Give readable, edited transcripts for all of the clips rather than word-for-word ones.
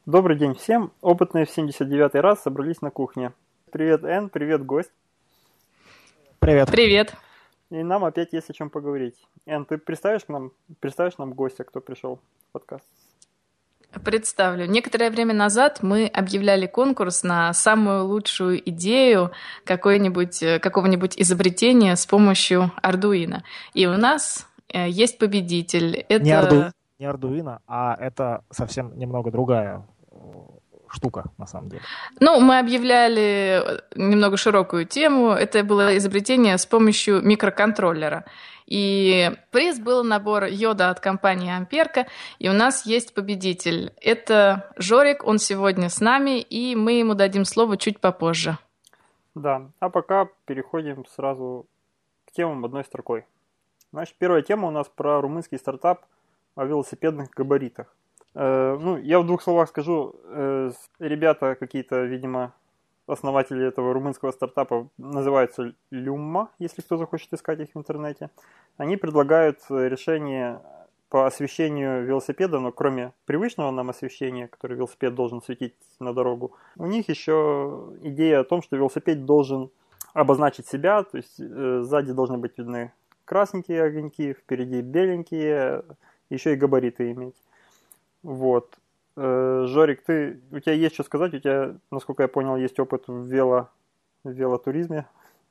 Добрый день всем. Опытные в 79-й раз собрались на кухне. Привет, Энн, привет, гость. Привет. Привет. И нам опять есть о чем поговорить. Энн, ты представишь нам гостя, кто пришел в подкаст? Представлю. Некоторое время назад мы объявляли конкурс на самую лучшую идею какого-нибудь изобретения с помощью Arduino. И у нас есть победитель. Не Arduino, а это совсем немного другая штука, на самом деле. Ну, мы объявляли немного широкую тему. Это было изобретение с помощью микроконтроллера. И приз был набор йода от компании Амперка. И у нас есть победитель. Это Жорик, он сегодня с нами, и мы ему дадим слово чуть попозже. Да, а пока переходим сразу к темам одной строкой. Значит, первая тема у нас про румынский стартап о велосипедных габаритах. Я в двух словах скажу. Ребята какие-то, видимо, основатели этого румынского стартапа называются Люма, если кто захочет искать их в интернете. Они предлагают решение по освещению велосипеда, но кроме привычного нам освещения, которое велосипед должен светить на дорогу, у них еще идея о том, что велосипед должен обозначить себя, то есть сзади должны быть видны красненькие огоньки, впереди беленькие, еще и габариты иметь. Вот. Жорик, у тебя есть что сказать? У тебя, насколько я понял, есть опыт в велотуризме?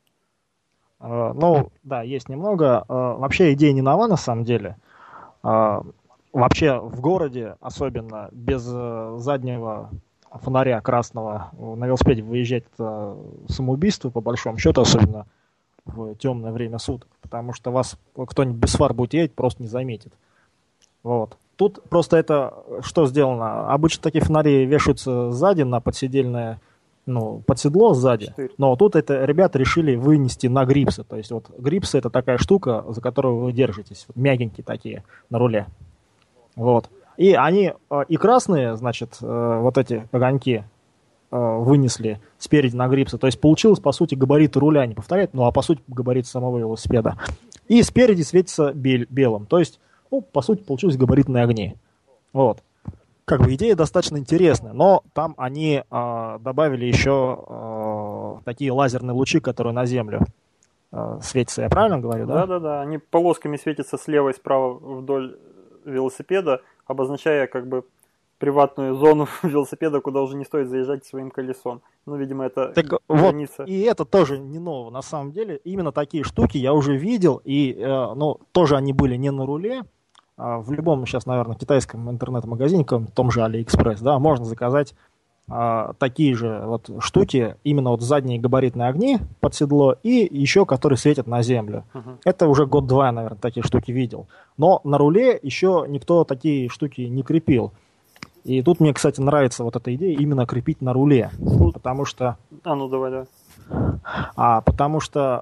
Да, есть немного. Вообще идея не нова, на самом деле. Вообще в городе, особенно без заднего фонаря красного, на велосипеде выезжать — это самоубийство, по большому счету, особенно в темное время суток, потому что вас кто-нибудь без фар будет едет, просто не заметит. Вот. Тут просто это что сделано? Обычно такие фонари вешаются сзади на подседельное, под седло сзади. 4. Но тут это ребята решили вынести на грипсы. То есть вот грипсы — это такая штука, за которую вы держитесь. Вот мягенькие такие на руле. Вот. И они и красные, значит, вот эти огоньки вынесли спереди на грипсы. То есть получилось, по сути, габариты руля не повторять, а по сути габарит самого велосипеда. И спереди светится белым. То есть, по сути, получились габаритные огни. Вот. Как бы идея достаточно интересная, но там они добавили еще такие лазерные лучи, которые на землю светятся. Я правильно говорю, да? Да. Они полосками светятся слева и справа вдоль велосипеда, обозначая как бы приватную зону велосипеда, куда уже не стоит заезжать своим колесом. Видимо, это граница. Вот, и это тоже не ново, на самом деле. Именно такие штуки я уже видел, и тоже они были не на руле. В любом сейчас, наверное, китайском интернет-магазине, в том же AliExpress, да, можно заказать такие же вот штуки, именно вот задние габаритные огни под седло и еще которые светят на землю. Это уже год-два, наверное, такие штуки видел. Но на руле еще никто такие штуки не крепил. И тут мне, кстати, нравится вот эта идея именно крепить на руле. Потому что... Давай. Потому что...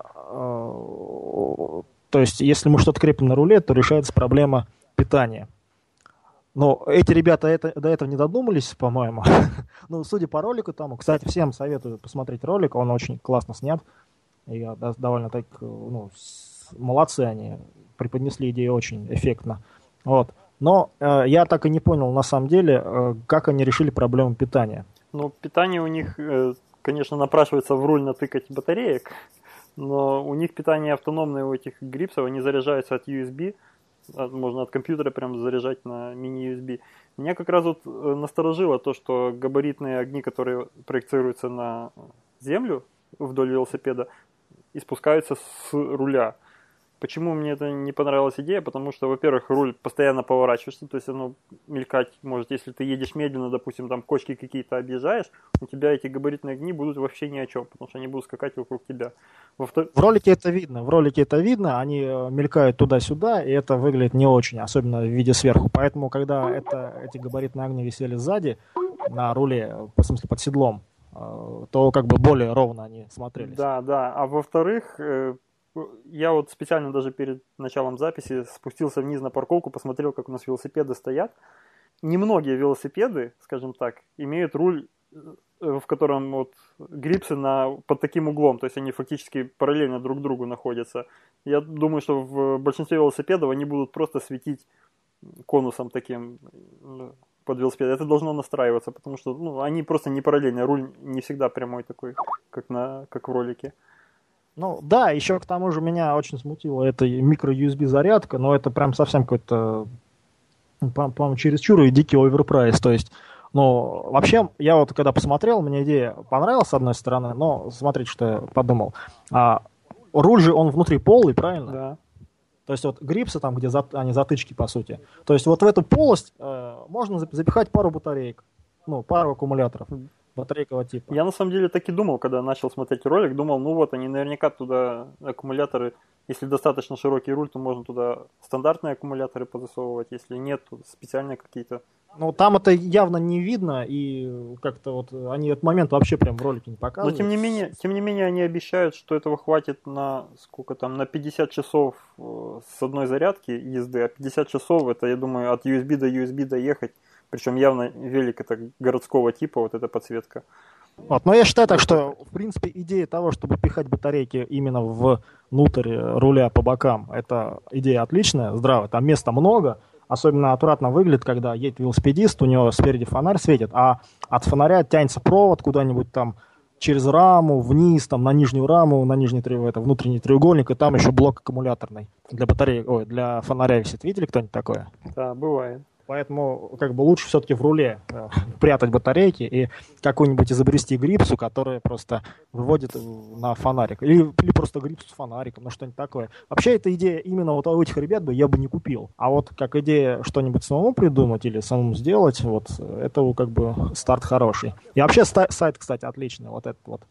То есть, если мы что-то крепим на руле, то решается проблема питания. Но эти ребята до этого не додумались, по-моему. Судя по ролику тому, кстати, всем советую посмотреть ролик, он очень классно снят. И довольно так, молодцы они, преподнесли идею очень эффектно. Вот. Но я так и не понял, на самом деле, как они решили проблему питания. Питание у них, конечно, напрашивается в руль натыкать батареек, но у них питание автономное, у этих грипсов, они заряжаются от USB, можно от компьютера прям заряжать на мини-USB. Меня как раз насторожило то, что габаритные огни, которые проецируются на землю вдоль велосипеда, испускаются с руля. Почему мне это не понравилась идея? Потому что, во-первых, руль постоянно поворачивается, то есть оно мелькать может. Если ты едешь медленно, допустим, там кочки какие-то объезжаешь, у тебя эти габаритные огни будут вообще ни о чем, потому что они будут скакать вокруг тебя. В ролике это видно, они мелькают туда-сюда, и это выглядит не очень, особенно в виде сверху. Поэтому, когда эти габаритные огни висели сзади, на руле, в смысле под седлом, то как бы более ровно они смотрелись. Да. А во-вторых, я специально даже перед началом записи спустился вниз на парковку, посмотрел, как у нас велосипеды стоят. Немногие велосипеды, скажем так, имеют руль, в котором грипсы под таким углом, то есть они фактически параллельно друг другу находятся. Я думаю, что в большинстве велосипедов они будут просто светить конусом таким, под велосипед, это должно настраиваться, потому что ну, они просто не параллельно, руль не всегда прямой такой, как в ролике. Ну да, еще к тому же меня очень смутила эта микро-USB зарядка, но это прям совсем какой-то, по-моему, чересчур и дикий оверпрайс, то есть, ну, вообще, я вот когда посмотрел, мне идея понравилась с одной стороны, но смотрите, что я подумал. Руль же он внутри полый, правильно? Да. То есть вот грипсы там, где они затычки, по сути. То есть вот в эту полость можно запихать пару батареек, ну, пару аккумуляторов батарейкового типа. Я на самом деле так и думал, когда начал смотреть ролик, думал, ну вот, они наверняка туда аккумуляторы, если достаточно широкий руль, то можно туда стандартные аккумуляторы позасовывать, если нет, то специальные какие-то. Ну, там это явно не видно, и как-то вот они этот момент вообще прям в ролике не показывают. Но тем не менее они обещают, что этого хватит на сколько там, на 50 часов с одной зарядки езды, а 50 часов это, я думаю, от USB до USB доехать, причем явно велик это городского типа, вот эта подсветка. Вот. Но я считаю так, что в принципе идея того, чтобы пихать батарейки именно внутрь руля по бокам, это идея отличная, здравая, там места много. Особенно аккуратно выглядит, когда едет велосипедист, у него спереди фонарь светит, а от фонаря тянется провод куда-нибудь там через раму, вниз, там на нижнюю раму, на нижний внутренний треугольник, и там еще блок аккумуляторный для батареи, для фонаря висит. Видели кто-нибудь такое? Да, бывает. Поэтому как бы лучше все-таки в руле прятать батарейки и какую-нибудь изобрести грипсу, которая просто выводит на фонарик. Или просто грипсу с фонариком, ну что-нибудь такое. Вообще эта идея именно вот у этих ребят я бы не купил. А вот как идея что-нибудь самому придумать или самому сделать, вот это как бы старт хороший. И вообще сайт, кстати, отличный. Вот этот вот.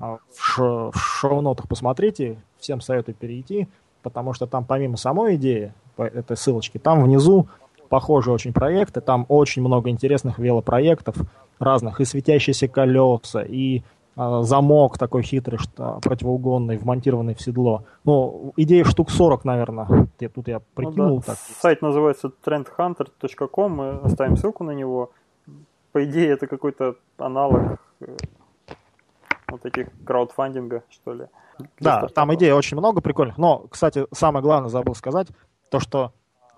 В шоу-нотах посмотрите, всем советую перейти, потому что там помимо самой идеи, этой ссылочки, там внизу похожие очень проекты, там очень много интересных велопроектов разных, и светящиеся колеса, и замок такой хитрый, противоугонный, вмонтированный в седло. Ну, идей штук 40, наверное, тут я прикинул. Ну, да. Так. Сайт называется trendhunter.com, мы оставим ссылку на него. По идее, это какой-то аналог вот таких краудфандинга, что ли. Да, там идей очень много прикольных, но, кстати, самое главное забыл сказать, то, что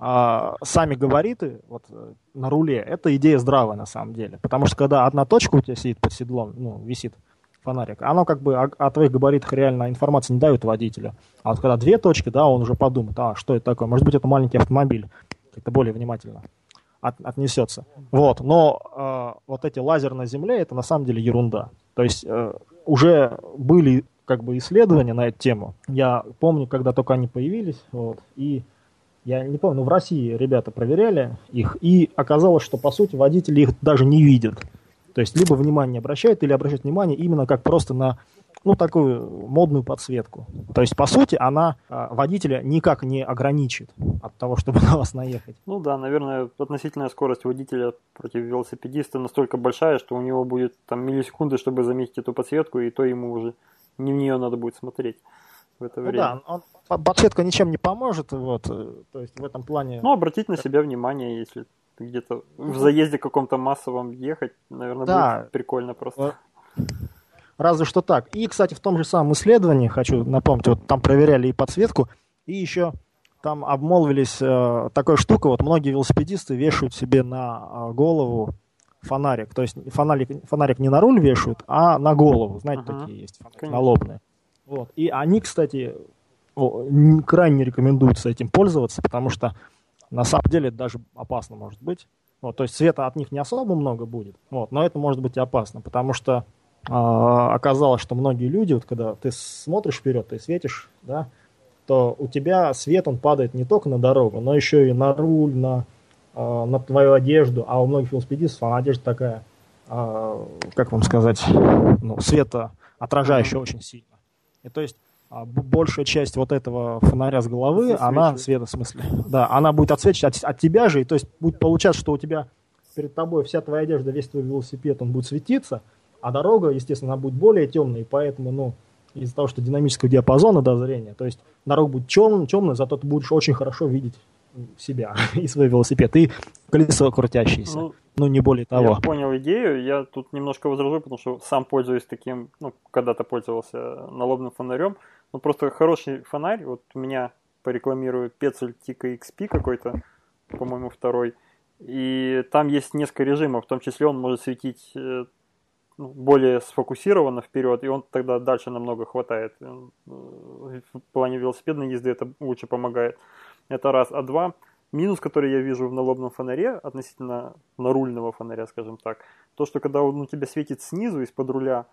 сами габариты вот, на руле, это идея здравая на самом деле. Потому что когда одна точка у тебя сидит под седлом, ну, висит фонарик, оно как бы о твоих габаритах реально информации не дает водителю. А вот когда две точки, да, он уже подумает, что это такое, может быть, это маленький автомобиль, как-то более внимательно отнесется. Вот, но вот эти лазеры на земле, это на самом деле ерунда. То есть уже были как бы исследования на эту тему. Я помню, когда только они появились, вот, и я не помню, но в России ребята проверяли их, и оказалось, что, по сути, водители их даже не видят. То есть, либо внимание не обращают, или обращают внимание именно как просто на, ну, такую модную подсветку. То есть, по сути, она водителя никак не ограничит от того, чтобы на вас наехать. Ну да, наверное, относительная скорость водителя против велосипедиста настолько большая, что у него будет там миллисекунды, чтобы заметить эту подсветку, и то ему уже не в нее надо будет смотреть в это время. Да, подсветка ничем не поможет, вот, то есть в этом плане... Ну, обратить на себя внимание, если где-то в заезде каком-то массовом ехать, наверное, будет прикольно просто. Разве что так. И, кстати, в том же самом исследовании, хочу напомнить, вот там проверяли и подсветку, и еще там обмолвились такой штукой, вот многие велосипедисты вешают себе на голову фонарик, то есть фонарик не на руль вешают, а на голову, знаете, такие есть фонарики налобные. Вот. И они, кстати, крайне рекомендуется этим пользоваться, потому что на самом деле это даже опасно может быть. Вот, то есть света от них не особо много будет, вот, но это может быть и опасно, потому что оказалось, что многие люди, вот когда ты смотришь вперед, ты светишь, да, то у тебя свет, он падает не только на дорогу, но еще и на руль, на твою одежду, а у многих велосипедистов одежда такая, как вам сказать, ну, светоотражающая очень сильно. И то есть большая часть вот этого фонаря с головы, она света в смысле, да, она будет отсвечивать от тебя же, и то есть будет получаться, что у тебя перед тобой вся твоя одежда, весь твой велосипед, он будет светиться, а дорога, естественно, она будет более темной, и поэтому, ну, из-за того, что динамического диапазона, да, зрения, то есть дорога будет темная, зато ты будешь очень хорошо видеть себя и свой велосипед, и колесо крутящееся. Ну, не более того. Я понял идею, я тут немножко возражу, потому что сам пользуюсь таким, ну, когда-то пользовался налобным фонарем. Ну, просто хороший фонарь, вот у меня порекламирую Petzl Tikka XP какой-то, по-моему, второй. И там есть несколько режимов, в том числе он может светить более сфокусированно вперед, и он тогда дальше намного хватает. В плане велосипедной езды это лучше помогает. Это раз. А два, минус, который я вижу в налобном фонаре относительно нарульного фонаря, скажем так, то, что когда он у тебя светит снизу, из-под руля,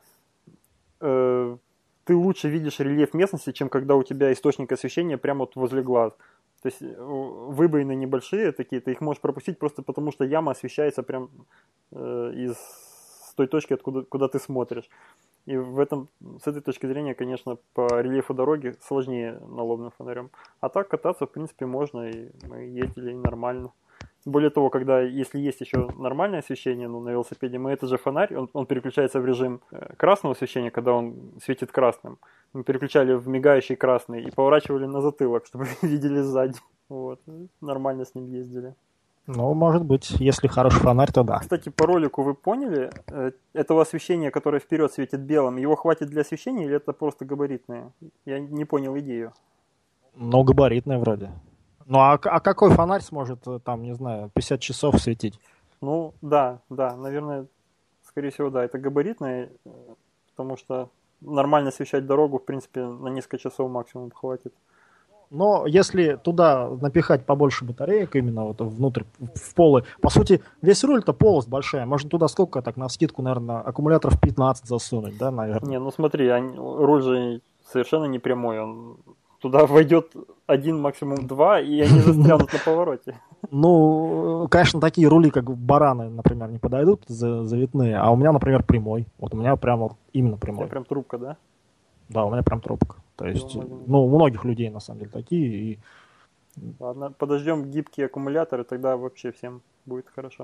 ты лучше видишь рельеф местности, чем когда у тебя источник освещения прямо вот возле глаз. То есть выбоины небольшие такие, ты их можешь пропустить просто потому, что яма освещается прям с той точки, куда ты смотришь. И с этой точки зрения, конечно, по рельефу дороги сложнее налобным фонарем. А так кататься, в принципе, можно, и мы ездили нормально. Более того, если есть еще нормальное освещение, на велосипеде, мы этот же фонарь, он переключается в режим красного освещения, когда он светит красным. Мы переключали в мигающий красный и поворачивали на затылок, чтобы видели сзади. Вот. Нормально с ним ездили. Ну, может быть, если хороший фонарь, то да. Кстати, по ролику вы поняли, этого освещения, которое вперед светит белым, его хватит для освещения или это просто габаритное? Я не понял идею. Ну, габаритное вроде. Ну, а какой фонарь сможет, там, не знаю, 50 часов светить? Ну, да, наверное, скорее всего, да, это габаритное, потому что нормально освещать дорогу, в принципе, на несколько часов максимум хватит. Но если туда напихать побольше батареек, именно вот внутрь, в полы, по сути, весь руль-то полость большая, можно туда сколько, так, навскидку, наверное, аккумуляторов 15 засунуть, да, наверное? Не, ну смотри, руль же совершенно не прямой, он туда войдет один, максимум два, и они застрянут на повороте. Ну, конечно, такие рули, как бараны, например, не подойдут завитные, а у меня, например, прямой. Вот у меня прям вот именно прямой. У тебя прям трубка, да? Да, у меня прям трубка. То есть, ну, у многих людей, на самом деле, такие. И... Ладно, подождем гибкие аккумуляторы, тогда вообще всем будет хорошо.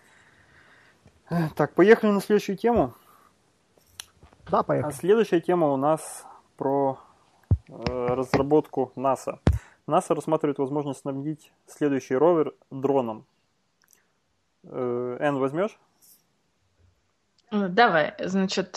Так, поехали на следующую тему. Да, поехали. А следующая тема у нас про разработку НАСА. НАСА рассматривает возможность снабдить следующий ровер дроном. Эн, возьмешь? Давай. Значит,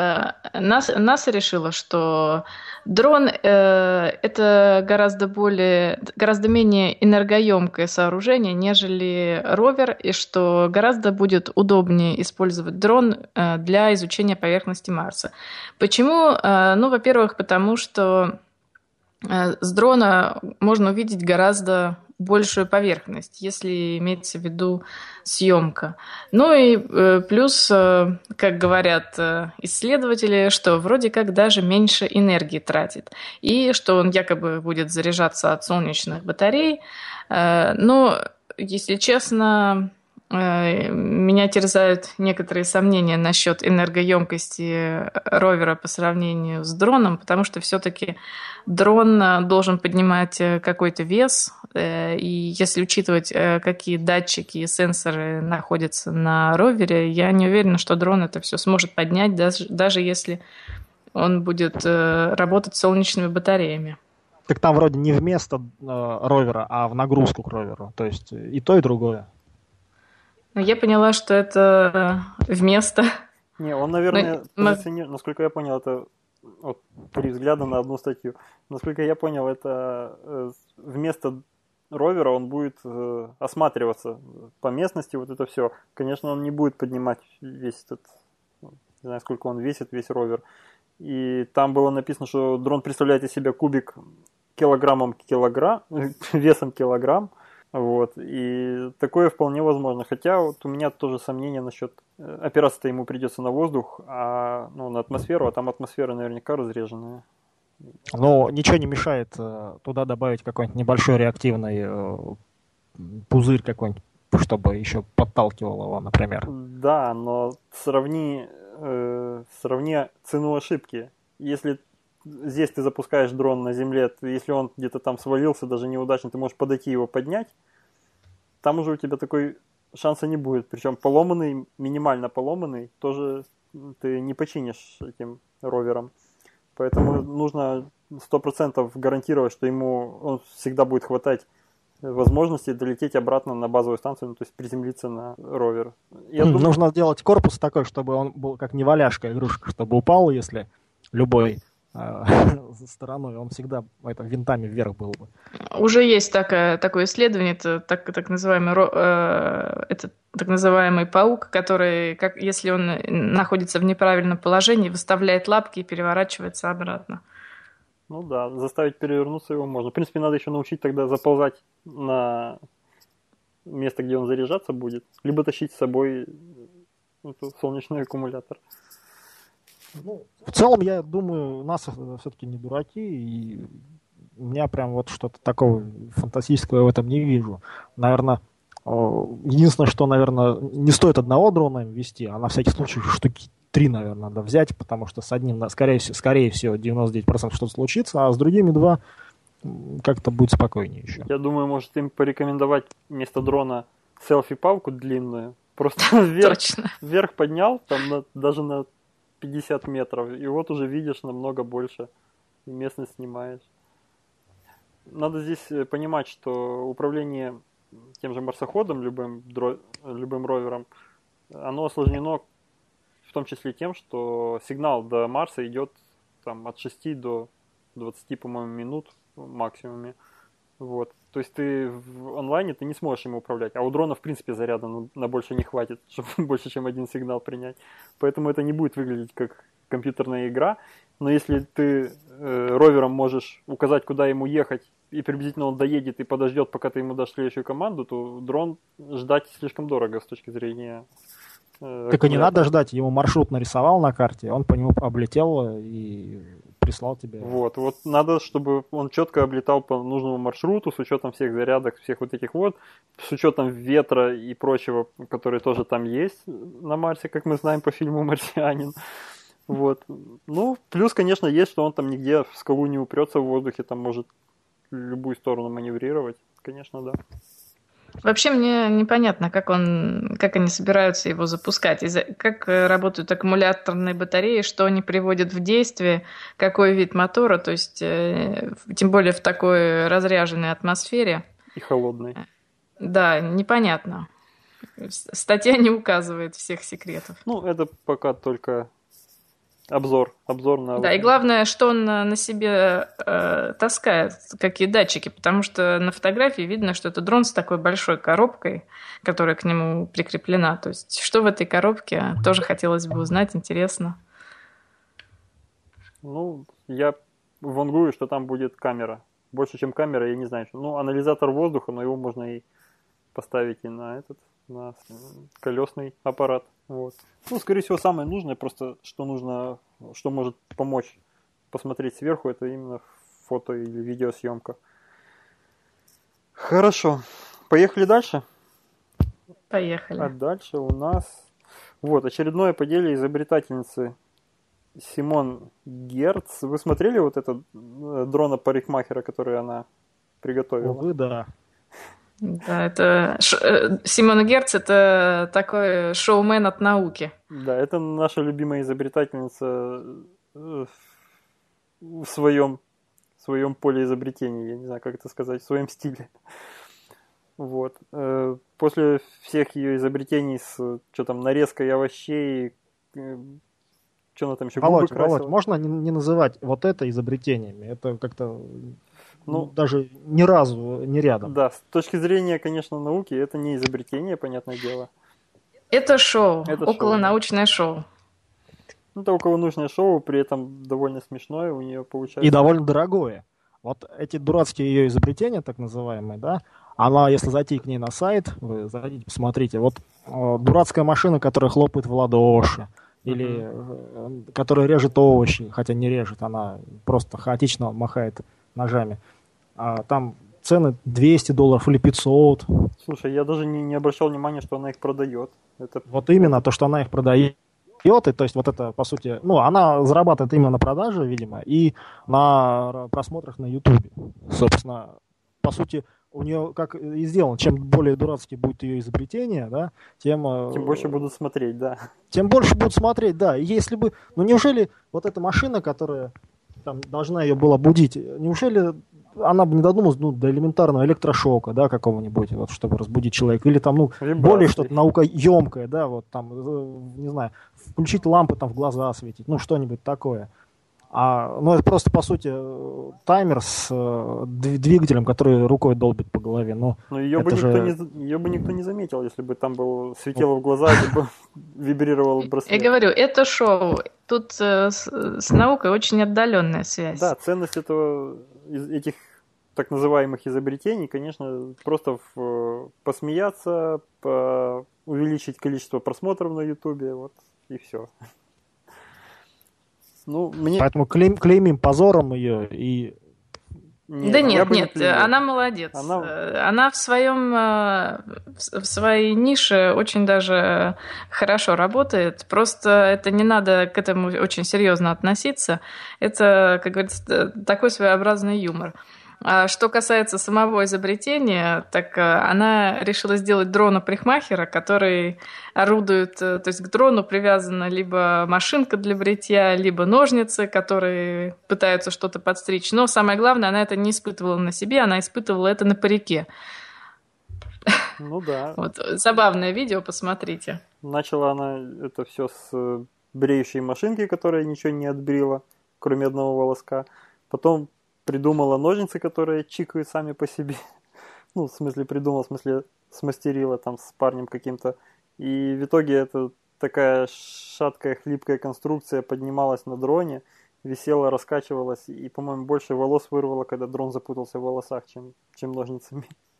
НАСА решила, что дрон это гораздо менее энергоемкое сооружение, нежели ровер, и что гораздо будет удобнее использовать дрон для изучения поверхности Марса. Почему? Ну, во-первых, потому что с дрона можно увидеть гораздо большую поверхность, если имеется в виду съемка. Ну и плюс, как говорят исследователи, что вроде как даже меньше энергии тратит, и что он якобы будет заряжаться от солнечных батарей. Но, если честно, меня терзают некоторые сомнения насчет энергоемкости ровера по сравнению с дроном, потому что все-таки дрон должен поднимать какой-то вес, и если учитывать, какие датчики и сенсоры находятся на ровере, я не уверена, что дрон это все сможет поднять, даже если он будет работать с солнечными батареями. Так там вроде не вместо ровера, а в нагрузку к роверу, то есть и то, и другое. Я поняла, что это вместо. Не, он, наверное, насколько я понял, это вот 3 взгляда на одну статью. Насколько я понял, это вместо ровера он будет осматриваться по местности, вот это все. Конечно, он не будет поднимать весь этот, не знаю, сколько он весит, весь ровер. И там было написано, что дрон представляет из себя кубик весом килограмм. Вот, и такое вполне возможно. Хотя вот у меня тоже сомнения насчет... Опираться-то ему придется на воздух, на атмосферу, а там атмосфера наверняка разреженная. Но ничего не мешает туда добавить какой-нибудь небольшой реактивный пузырь какой-нибудь, чтобы еще подталкивал его, например. Да, но сравни цену ошибки. Если здесь ты запускаешь дрон на земле, если он где-то там свалился, даже неудачно, ты можешь подойти его поднять, там уже у тебя такой шанса не будет. Причем поломанный, минимально поломанный, тоже ты не починишь этим ровером. Поэтому нужно 100% гарантировать, что он всегда будет хватать возможности долететь обратно на базовую станцию, то есть приземлиться на ровер. Нужно делать корпус такой, чтобы он был как неваляшка игрушка, чтобы упал, если любой стороной, он всегда винтами вверх был бы. Уже есть такое исследование, это так называемый, это так называемый паук, который, если он находится в неправильном положении, выставляет лапки и переворачивается обратно. Ну да, заставить перевернуться его можно. В принципе, надо еще научить тогда заползать на место, где он заряжаться будет, либо тащить с собой солнечный аккумулятор. Ну, в целом, я думаю, нас все-таки не дураки, и у меня прям вот что-то такого фантастического в этом не вижу. Наверное, единственное, что, наверное, не стоит одного дрона вести, а на всякий случай штуки 3, наверное, надо взять, потому что с одним, скорее всего, 99% что-то случится, а с другими 2 как-то будет спокойнее еще. Я думаю, может им порекомендовать вместо дрона селфи-палку длинную, просто вверх поднял, там даже на 50 метров, и вот уже видишь намного больше, и местность снимаешь. Надо здесь понимать, что управление тем же марсоходом, любым ровером, оно осложнено в том числе тем, что сигнал до Марса идет там, от 6 до 20, по-моему, минут в максимуме. Вот. То есть ты в онлайне ты не сможешь им управлять. А у дрона, в принципе, заряда на больше не хватит, чтобы больше, чем один сигнал принять. Поэтому это не будет выглядеть как компьютерная игра. Но если ты ровером можешь указать, куда ему ехать, и приблизительно он доедет и подождет, пока ты ему дашь следующую команду, то дрон ждать слишком дорого с точки зрения... Так и не надо ждать, ему маршрут нарисовал на карте, он по нему облетел и прислал тебе. Вот надо, чтобы он четко облетал по нужному маршруту, с учетом всех зарядок, всех вот этих вот, с учетом ветра и прочего, который тоже там есть на Марсе, как мы знаем по фильму «Марсианин». Вот. Ну, плюс, конечно, есть, что он там нигде в скалу не упрется в воздухе, там может в любую сторону маневрировать. Конечно, да. Вообще мне непонятно, как они собираются его запускать, как работают аккумуляторные батареи, что они приводят в действие, какой вид мотора, то есть тем более в такой разряженной атмосфере. И холодной. Да, непонятно. Статья не указывает всех секретов. Ну, это пока только... Обзор на... Да, и главное, что он на себе таскает, какие датчики, потому что на фотографии видно, что это дрон с такой большой коробкой, которая к нему прикреплена. То есть, что в этой коробке, тоже хотелось бы узнать, интересно. Ну, я вангую, что там будет камера. Больше, чем камера, я не знаю. Ну, анализатор воздуха, но его можно и поставить и на колесный аппарат. Вот. Ну, скорее всего, самое нужное, просто что может помочь посмотреть сверху, это именно фото или видеосъемка. Хорошо. Поехали дальше? Поехали. А дальше у нас очередное по делу изобретательницы Симон Герц. Вы смотрели вот этот дрона парикмахера, который она приготовила? Увы, да. Да, это Симон Герц — это такой шоумен от науки. Да, это наша любимая изобретательница в своем поле изобретений, я не знаю, как это сказать, в своем стиле. Вот. После всех ее изобретений с нарезкой овощей, что она там еще губы красила. Володь, можно не называть вот это изобретениями? Это как-то... даже ни разу не рядом. Да, с точки зрения, конечно, науки, это не изобретение, понятное дело. Это шоу, околонаучное шоу. Это околонаучное шоу, при этом довольно смешное у нее получается. И довольно дорогое. Вот эти дурацкие ее изобретения, так называемые, да, она, если зайти к ней на сайт, вы зайдите, посмотрите, вот дурацкая машина, которая хлопает в ладоши, или которая режет овощи, хотя не режет, она просто хаотично махает ножами. Там цены $200 или 500. Слушай, я даже не обращал внимания, что она их продает. Вот именно то, что она их продает. И то есть вот это, по сути, она зарабатывает именно на продаже, видимо, и на просмотрах на YouTube. Собственно, по сути, у нее как и сделано, чем более дурацкие будет ее изобретение, да, тем больше будут смотреть, да. Тем больше будут смотреть, да. И если бы, неужели вот эта машина, которая там должна ее была будить, неужели она бы не додумалась до элементарного электрошока, да, какого-нибудь, вот, чтобы разбудить человека, или там, более что-то наукоемкое, да, вот там, не знаю, включить лампы там в глаза светить, что-нибудь такое. Ну, это просто, по сути, таймер с двигателем, который рукой долбит по голове. Но ее бы никто не заметил, если бы там светило в глаза, либо вибрировал браслет. Я говорю, это шоу. Тут с наукой очень отдаленная связь. Да, ценность этих так называемых изобретений, конечно, просто посмеяться, увеличить количество просмотров на Ютубе, вот, и все. Поэтому клеймим позором ее и... Нет, она молодец. Она в своей нише очень даже хорошо работает. Просто это не надо к этому очень серьезно относиться. Это, как говорится, такой своеобразный юмор. А что касается самого изобретения, так она решила сделать дрона-парикмахера, который орудует, то есть к дрону привязана либо машинка для бритья, либо ножницы, которые пытаются что-то подстричь. Но самое главное, она это не испытывала на себе, она испытывала это на парике. Ну да. Вот, забавное видео, посмотрите. Начала она это все с бреющей машинки, которая ничего не отбрила, кроме одного волоска. Потом придумала ножницы, которые чикают сами по себе. Ну, в смысле смастерила там с парнем каким-то. И в итоге это такая шаткая, хлипкая конструкция поднималась на дроне, висела, раскачивалась, и, по-моему, больше волос вырвала, когда дрон запутался в волосах, чем ножницами.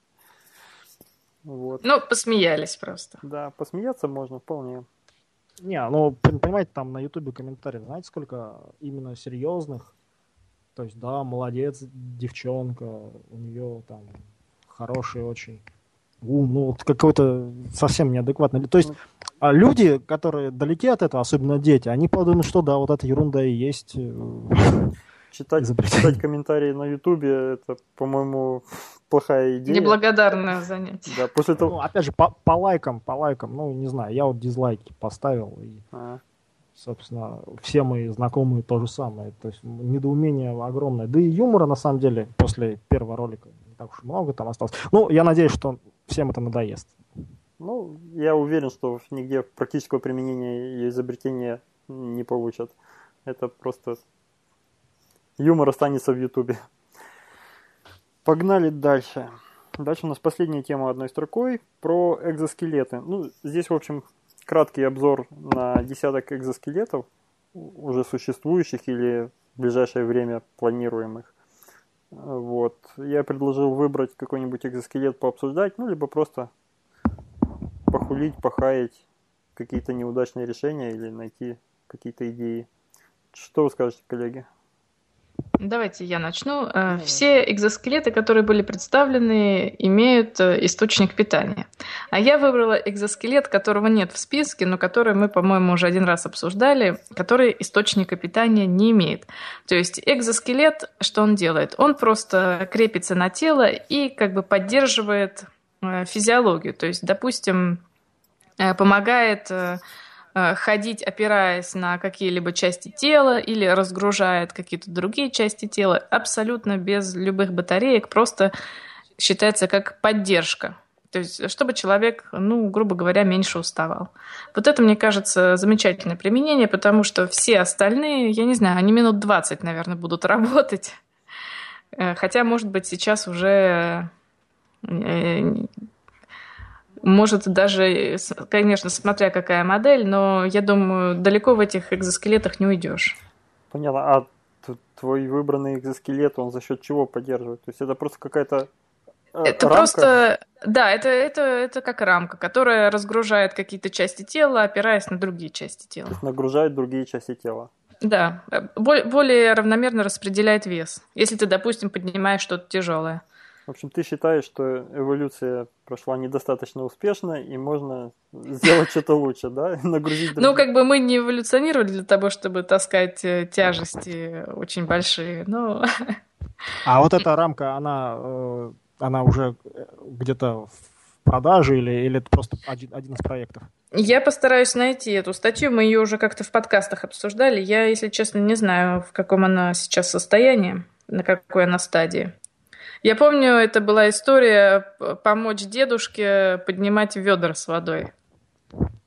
Вот. Ну, посмеялись просто. Да, посмеяться можно вполне. Не, ну, понимаете, там на Ютубе комментариев, знаете, сколько именно серьезных. То есть, да, молодец, девчонка, у нее там хороший очень ум, ну, вот какой-то совсем неадекватный. То есть, люди, которые далеки от этого, особенно дети, они подумают, что да, вот эта ерунда и есть. Читать комментарии на Ютубе, это, по-моему, плохая идея. Неблагодарное занятие. Да, после того... Ну, опять же, по лайкам, ну, не знаю, я вот дизлайки поставил, и... Собственно, все мои знакомые то же самое. То есть недоумение огромное. Да и юмора, на самом деле, после первого ролика не так уж много там осталось. Ну, я надеюсь, что всем это надоест. Ну, я уверен, что нигде практического применения ее изобретения не получат. Это просто юмор останется в Ютубе. Погнали дальше. Дальше у нас последняя тема одной строкой про экзоскелеты. Ну, здесь, в общем... краткий обзор на десяток экзоскелетов, уже существующих или в ближайшее время планируемых. Вот. Я предложил выбрать какой-нибудь экзоскелет пообсуждать, ну, либо просто похулить, похаять какие-то неудачные решения или найти какие-то идеи. Что вы скажете, коллеги? Давайте я начну. Все экзоскелеты, которые были представлены, имеют источник питания. А я выбрала экзоскелет, которого нет в списке, но который мы, по-моему, уже один раз обсуждали, который источника питания не имеет. То есть экзоскелет, что он делает? Он просто крепится на тело и как бы поддерживает физиологию. То есть, допустим, помогает... ходить, опираясь на какие-либо части тела или разгружает какие-то другие части тела, абсолютно без любых батареек, просто считается как поддержка. То есть, чтобы человек, ну, грубо говоря, меньше уставал. Вот это, мне кажется, замечательное применение, потому что все остальные, я не знаю, они минут 20, наверное, будут работать. Хотя, может быть, сейчас уже... Может, даже, конечно, смотря какая модель, но я думаю, далеко в этих экзоскелетах не уйдешь. Понятно. А твой выбранный экзоскелет, он за счет чего поддерживает? То есть это просто какая-то это рамка? Просто, да, это как рамка, которая разгружает какие-то части тела, опираясь на другие части тела. То есть нагружает другие части тела. Да, более равномерно распределяет вес, если ты, допустим, поднимаешь что-то тяжелое. В общем, ты считаешь, что эволюция прошла недостаточно успешно, и можно сделать что-то лучше, да? Нагрузить других. Ну, как бы мы не эволюционировали для того, чтобы таскать тяжести очень большие, но... А вот эта рамка, она уже где-то в продаже или это просто один из проектов? Я постараюсь найти эту статью, мы ее уже как-то в подкастах обсуждали. Я, если честно, не знаю, в каком она сейчас состоянии, на какой она стадии. Я помню, это была история помочь дедушке поднимать ведра с водой.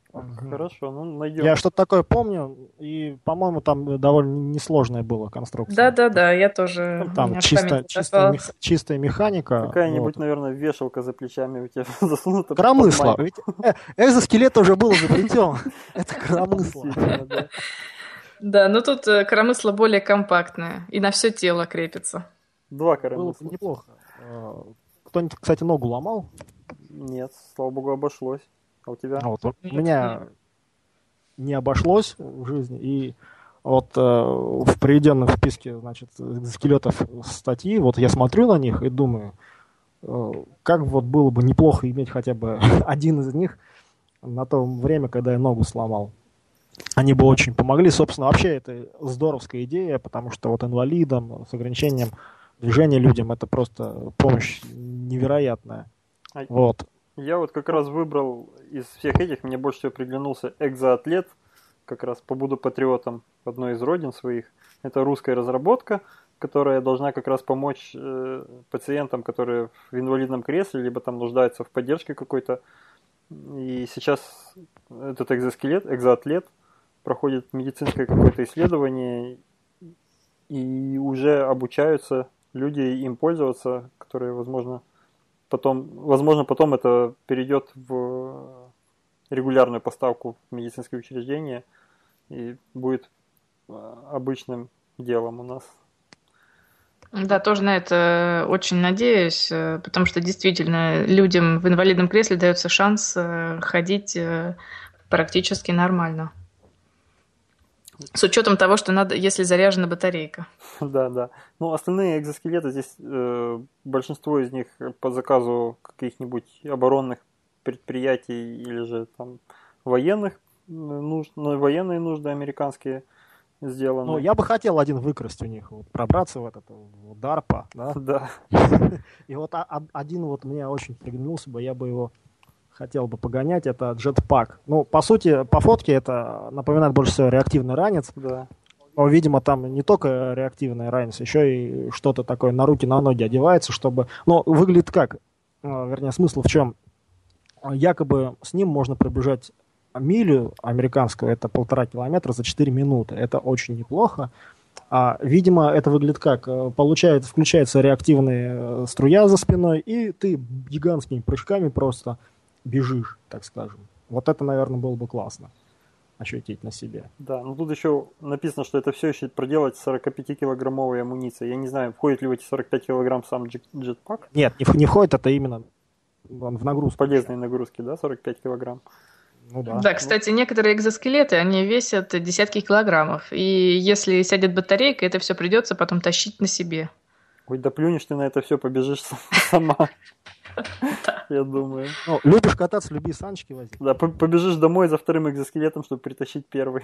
Хорошо, ну найдем. Я что-то такое помню, и, по-моему, там довольно несложная была конструкция. Да-да-да, я тоже... у Там меня в памяти чистая механика. Какая-нибудь, наверное, вешалка за плечами у тебя засунута. Коромысло. Ведь экзоскелет уже был изобретен. Это коромысло. Да, но тут коромысло более компактное и на все тело крепится. Два Было коромысла. бы неплохо. Кто-нибудь, кстати, ногу ломал? Нет, слава богу, обошлось. А у тебя? Вот, у меня не обошлось в жизни. И вот в приведенном в списке, значит, экзоскелетов статьи, вот я смотрю на них и думаю, как вот было бы неплохо иметь хотя бы один из них на то время, когда я ногу сломал. Они бы очень помогли. Собственно, вообще это здоровская идея, потому что вот инвалидам с ограничением движения людям это просто помощь невероятная. Вот. Я вот как раз выбрал из всех этих, мне больше всего приглянулся экзоатлет, как раз побуду патриотом одной из родин своих. Это русская разработка, которая должна как раз помочь пациентам, которые в инвалидном кресле, либо там нуждаются в поддержке какой-то. И сейчас этот экзоатлет, проходит медицинское какое-то исследование, и уже обучаются люди им пользоваться, которые, возможно, потом это перейдет в регулярную поставку в медицинские учреждения и будет обычным делом у нас. Да, тоже на это очень надеюсь, потому что действительно людям в инвалидном кресле дается шанс ходить практически нормально. С учетом того, что надо, если заряжена батарейка. Да. Ну, остальные экзоскелеты здесь, большинство из них по заказу каких-нибудь оборонных предприятий или же там военные нужды американские сделаны. Ну, я бы хотел один выкрасть у них, вот, пробраться в этот DARPA, да? Да. И вот один вот мне очень приглянулся бы, я бы его хотел бы погонять, это Jetpack. Ну, по сути, по фотке это напоминает больше всего реактивный ранец. Да. Но, видимо, там не только реактивный ранец, еще и что-то такое на руки, на ноги одевается, чтобы... Ну, выглядит как? Вернее, смысл в чем? Якобы с ним можно пробежать милю американскую, это 1,5 километра за 4 минуты. Это очень неплохо. Видимо, это выглядит как? Включается реактивная струя за спиной, и ты гигантскими прыжками просто бежишь, так скажем. Вот это, наверное, было бы классно ощутить на себе. Да, но тут еще написано, что это все еще проделать с 45-килограммовой амуницией. Я не знаю, входит ли в эти 45 килограмм сам джетпак? Нет, не входит, это именно в нагрузку. Полезные нагрузки, да, 45 килограмм? Ну, да. Да, кстати, некоторые экзоскелеты, они весят десятки килограммов. И если сядет батарейка, это все придется потом тащить на себе. Ой, да плюнешь ты на это все, побежишь сама. Я думаю. Ну, любишь кататься, люби саночки возить. Да, побежишь домой за вторым экзоскелетом, чтобы притащить первый.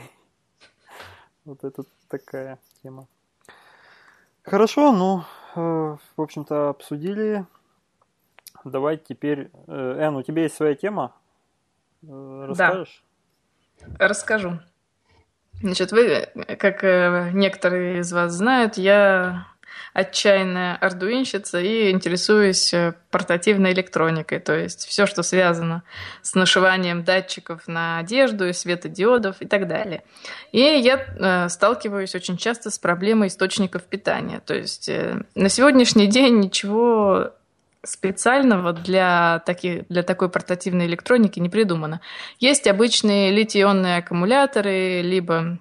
Вот это такая тема. Хорошо, ну, в общем-то, обсудили. Давай теперь... Эн, у тебя есть своя тема? Расскажешь? Да, расскажу. Значит, вы, как некоторые из вас знают, я отчаянная ардуинщица и интересуюсь портативной электроникой, то есть все, что связано с нашиванием датчиков на одежду, светодиодов и так далее. И я сталкиваюсь очень часто с проблемой источников питания. То есть на сегодняшний день ничего специального для такой портативной электроники не придумано. Есть обычные литий-ионные аккумуляторы, либо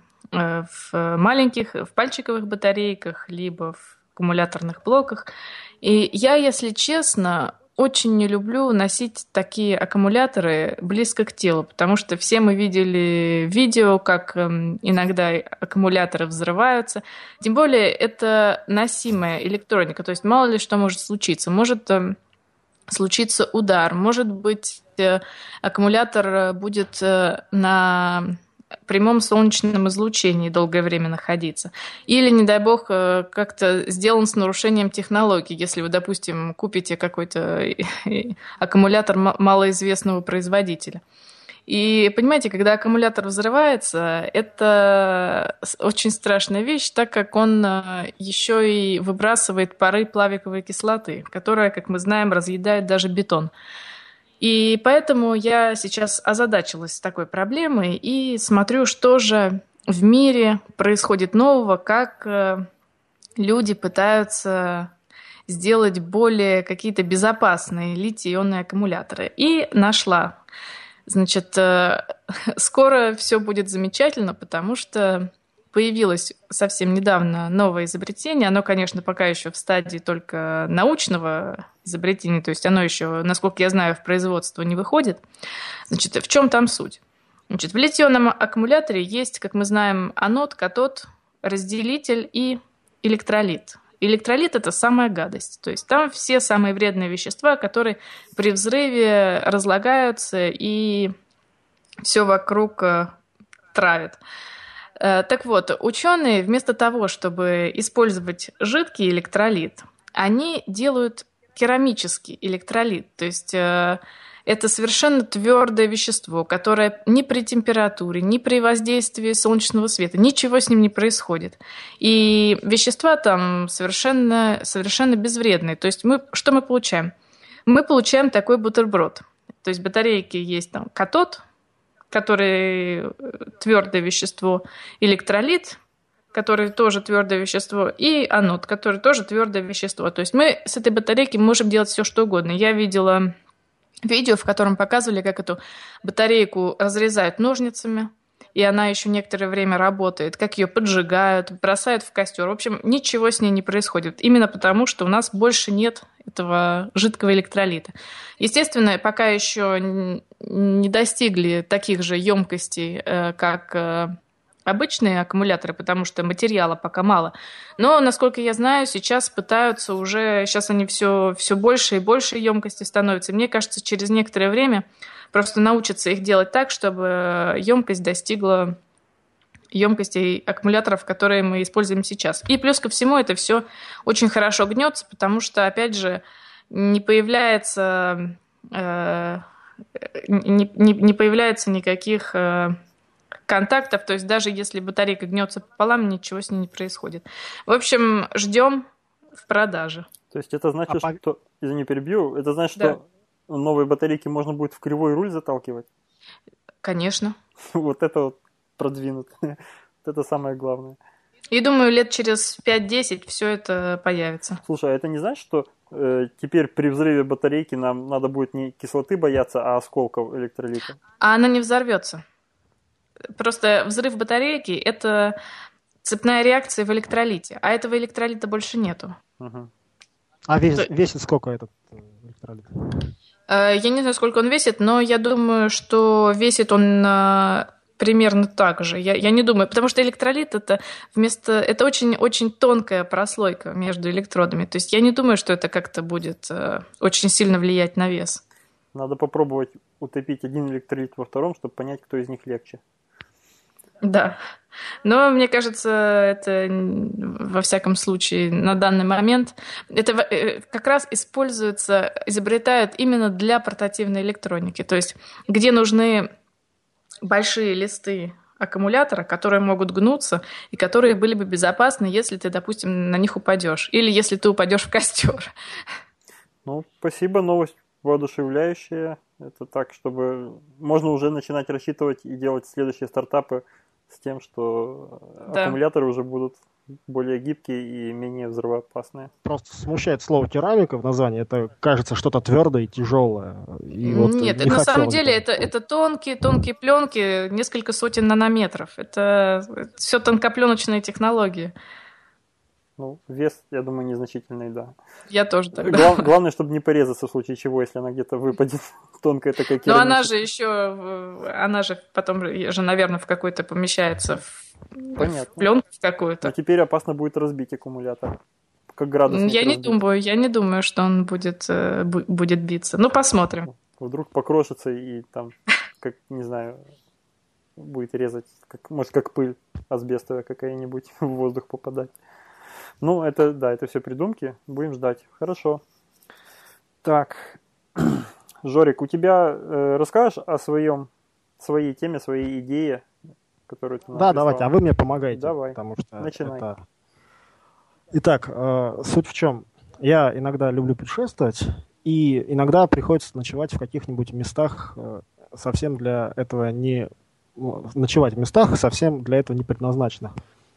в пальчиковых батарейках, либо в аккумуляторных блоках. И я, если честно, очень не люблю носить такие аккумуляторы близко к телу, потому что все мы видели видео, как иногда аккумуляторы взрываются. Тем более это носимая электроника, то есть мало ли что может случиться. Может случиться удар, может быть аккумулятор будет на прямом солнечном излучении долгое время находиться. Или, не дай бог, как-то сделан с нарушением технологий. Если вы, допустим, купите какой-то аккумулятор малоизвестного производителя. И, понимаете, когда аккумулятор взрывается, это очень страшная вещь, так как он еще и выбрасывает пары плавиковой кислоты, которая, как мы знаем, разъедает даже бетон. И поэтому я сейчас озадачилась такой проблемой и смотрю, что же в мире происходит нового, как люди пытаются сделать более какие-то безопасные литий-ионные аккумуляторы. И нашла. Значит, скоро все будет замечательно, потому что появилось совсем недавно новое изобретение. Оно, конечно, пока еще в стадии только научного изобретения, то есть оно еще, насколько я знаю, в производство не выходит. Значит, в чем там суть? Значит, в литий-ионном аккумуляторе есть, как мы знаем, анод, катод, разделитель и электролит. Электролит – это самая гадость. То есть там все самые вредные вещества, которые при взрыве разлагаются и все вокруг травят. Так вот, ученые вместо того, чтобы использовать жидкий электролит, они делают керамический электролит. То есть это совершенно твердое вещество, которое ни при температуре, ни при воздействии солнечного света, ничего с ним не происходит. И вещества там совершенно безвредные. То есть что мы получаем? Мы получаем такой бутерброд. То есть батарейки есть там катод, который твердое вещество, электролит, который тоже твердое вещество, и анод, который тоже твердое вещество. То есть мы с этой батарейки можем делать все, что угодно. Я видела видео, в котором показывали, как эту батарейку разрезают ножницами, и она еще некоторое время работает, как ее поджигают, бросают в костер. В общем, ничего с ней не происходит. Именно потому, что у нас больше нет этого жидкого электролита. Естественно, пока еще не достигли таких же емкостей, как обычные аккумуляторы, потому что материала пока мало. Но, насколько я знаю, сейчас пытаются уже, сейчас они все больше и больше емкости становятся. Мне кажется, через некоторое время просто научатся их делать так, чтобы емкость достигла емкостей аккумуляторов, которые мы используем сейчас. И плюс ко всему это все очень хорошо гнется, потому что, опять же, не появляется никаких контактов, то есть даже если батарейка гнется пополам, ничего с ней не происходит. В общем, ждем в продаже. То есть это значит, что... Извини, перебью. Это значит, что новые батарейки можно будет в кривой руль заталкивать? Конечно. Вот это вот продвинуто. Вот это самое главное. И думаю, лет через 5-10 все это появится. Слушай, а это не значит, что теперь при взрыве батарейки нам надо будет не кислоты бояться, а осколков электролита? А она не взорвется. Просто взрыв батарейки – это цепная реакция в электролите, а этого электролита больше нету. Угу. А весит сколько этот электролит? Я не знаю, сколько он весит, но я думаю, что весит он примерно так же. Я не думаю, потому что электролит это очень-очень тонкая прослойка между электродами. То есть я не думаю, что это как-то будет очень сильно влиять на вес. Надо попробовать утопить один электролит во втором, чтобы понять, кто из них легче. Да. Но мне кажется, это во всяком случае на данный момент это как раз изобретают именно для портативной электроники. То есть где нужны большие листы аккумулятора, которые могут гнуться и которые были бы безопасны, если ты, допустим, на них упадешь. Или если ты упадешь в костер. Ну, спасибо, новость воодушевляющая. Это так, чтобы можно уже начинать рассчитывать и делать следующие стартапы с тем, что аккумуляторы уже будут более гибкие и менее взрывоопасные. Просто смущает слово керамика в названии. Это кажется что-то твердое и тяжелое. И нет, на самом деле это тонкие пленки, несколько сотен нанометров. Это все тонкопленочные технологии. Ну, вес, я думаю, незначительный, да. Я тоже тогда. Главное, чтобы не порезаться в случае чего, если она где-то выпадет. Тонкая такая керамика. Но она же потом, наверное, в какой-то помещается в пленку какую-то. Но теперь опасно будет разбить аккумулятор. Как градусник я не думаю, что он будет биться. Ну, посмотрим. Вдруг покрошится и там, как, не знаю, будет резать, может, как пыль асбестовая какая-нибудь в воздух попадать. Ну, это все придумки. Будем ждать. Хорошо. Так, Жорик, у тебя расскажешь о своей теме, своей идее, которую ты нам прислал? Давайте, а вы мне помогаете. Давай, потому что начинай. Итак, суть в чем? Я иногда люблю путешествовать, И иногда приходится ночевать в каких-нибудь местах совсем для этого не... Ночевать в местах совсем для этого не предназначенных.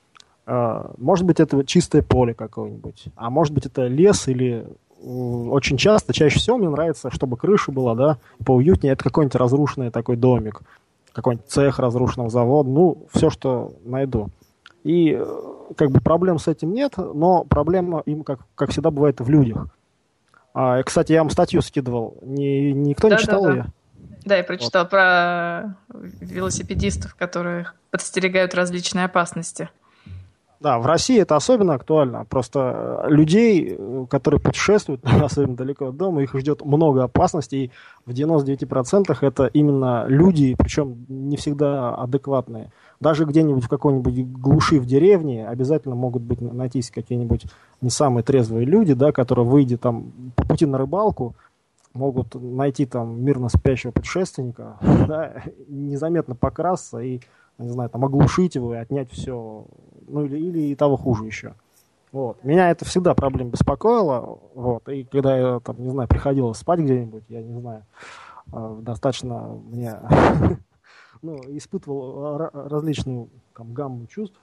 Может быть, это чистое поле какое-нибудь, а может быть, это лес или очень часто, чаще всего мне нравится, чтобы крыша была, да, поуютнее, это какой-нибудь разрушенный такой домик, какой-нибудь цех разрушенного завода, ну, все, что найду. И как бы проблем с этим нет, но проблема им, как всегда, бывает в людях. Кстати, я вам статью скидывал, никто не читал ее? Да, я прочитал про велосипедистов, которые подстерегают различные опасности. Да, в России это особенно актуально. Просто людей, которые путешествуют, особенно далеко от дома, их ждет много опасностей. И в 99% это именно люди, причем не всегда адекватные. Даже где-нибудь в какой-нибудь глуши в деревне обязательно могут быть найтись какие-нибудь не самые трезвые люди, да, которые, выйдя там по пути на рыбалку, могут найти там мирно спящего путешественника, да, незаметно покрасться и, не знаю, там оглушить его и отнять все, ну или и того хуже еще. Вот. Меня это всегда проблема беспокоила, вот, и когда я там, не знаю, приходилось спать где-нибудь, я не знаю, достаточно мне, ну, испытывал различную там гамму чувств.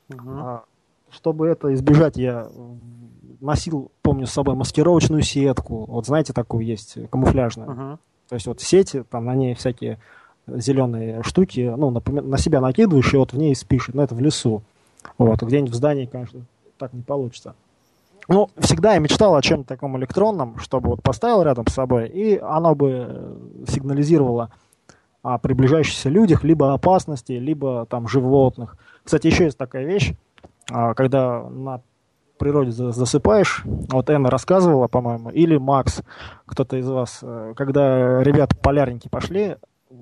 Чтобы это избежать, я носил, помню, с собой маскировочную сетку. Вот знаете, такую есть, камуфляжную. То есть вот сети, там на ней всякие зеленые штуки, ну, на себя накидываешь, и вот в ней спишь. Но это в лесу. Вот, где-нибудь в здании, конечно, так не получится. Ну, всегда я мечтал о чем-то таком электронном, чтобы вот поставил рядом с собой, и оно бы сигнализировало о приближающихся людях, либо опасности, либо там животных. Кстати, еще есть такая вещь, когда на природе засыпаешь, вот Энна рассказывала, по-моему, или Макс, кто-то из вас, когда ребята-полярники пошли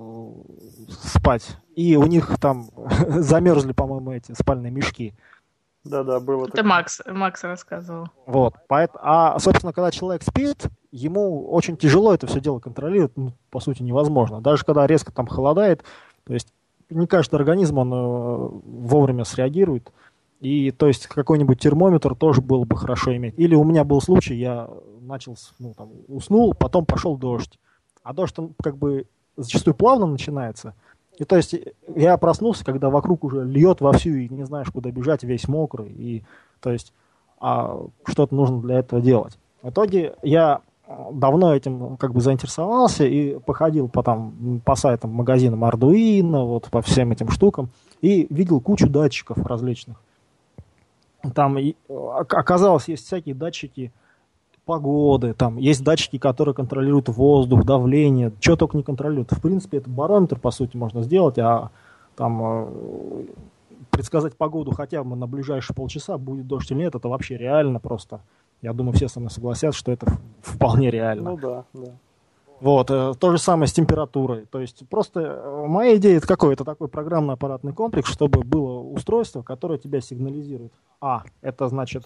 спать, и у них там замерзли, по-моему, эти спальные мешки. Да, было это такое. Макс рассказывал. Вот, собственно, когда человек спит, ему очень тяжело это все дело контролировать, ну, по сути, невозможно. Даже когда резко там холодает, то есть не каждый организм, он вовремя среагирует. И, то есть, какой-нибудь термометр тоже было бы хорошо иметь. Или у меня был случай, я уснул, потом пошел дождь. А дождь, он как бы зачастую плавно начинается. И, то есть, я проснулся, когда вокруг уже льет вовсю, и не знаешь, куда бежать, весь мокрый. И, то есть, что-то нужно для этого делать. В итоге, я давно этим как бы заинтересовался и походил по сайтам, магазинам Arduino, вот по всем этим штукам, и видел кучу датчиков различных. Там оказалось, есть всякие датчики погоды, там есть датчики, которые контролируют воздух, давление, что только не контролируют. В принципе, это барометр, по сути, можно сделать, а там предсказать погоду хотя бы на ближайшие полчаса, будет дождь или нет, это вообще реально просто. Я думаю, все со мной согласятся, что это вполне реально. Ну да. Вот, то же самое с температурой. То есть просто моя идея это какой? Это такой программно-аппаратный комплекс, чтобы было устройство, которое тебя сигнализирует. Это значит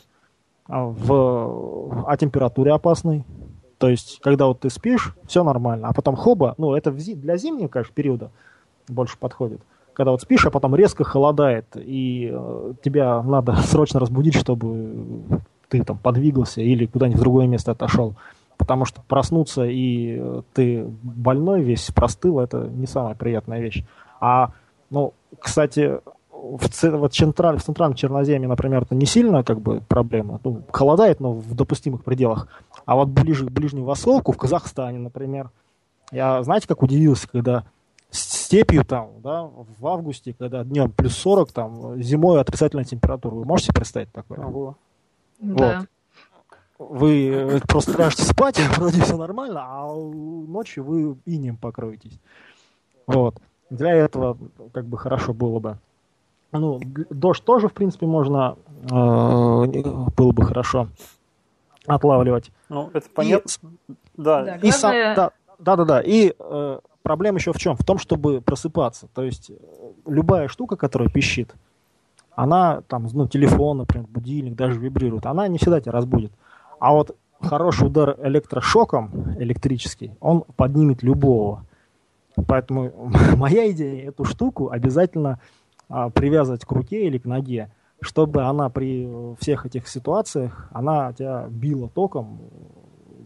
о температуре опасной. То есть, когда вот ты спишь, все нормально. А потом хоба, ну это для зимнего, конечно, периода больше подходит. Когда вот спишь, а потом резко холодает, и тебя надо срочно разбудить, чтобы ты там подвигался или куда-нибудь в другое место отошел. Потому что проснуться и ты больной весь, простыл, это не самая приятная вещь. Кстати, в центральном Черноземье, например, это не сильно как бы проблема. Ну, холодает, но в допустимых пределах. А вот ближе к Ближнему Востоку, в Казахстане, например, я, знаете, как удивился, когда степью там, да, в августе, когда днем плюс 40, там, зимой отрицательная температура. Вы можете представить такое? Ого. Да. Вот. Вы просто ляжете спать, вроде все нормально, а ночью вы инеем покроетесь. Вот. Для этого как бы хорошо было бы. Ну, дождь тоже, в принципе, можно было бы хорошо отлавливать. Ну, это понятно. Да. И проблема еще в чем? В том, чтобы просыпаться. То есть любая штука, которая пищит, она там, телефон, например, будильник, даже вибрирует, она не всегда тебя разбудит. А вот хороший удар электрошоком, электрический, он поднимет любого. Поэтому моя идея эту штуку обязательно привязывать к руке или к ноге, чтобы она при всех этих ситуациях, она тебя била током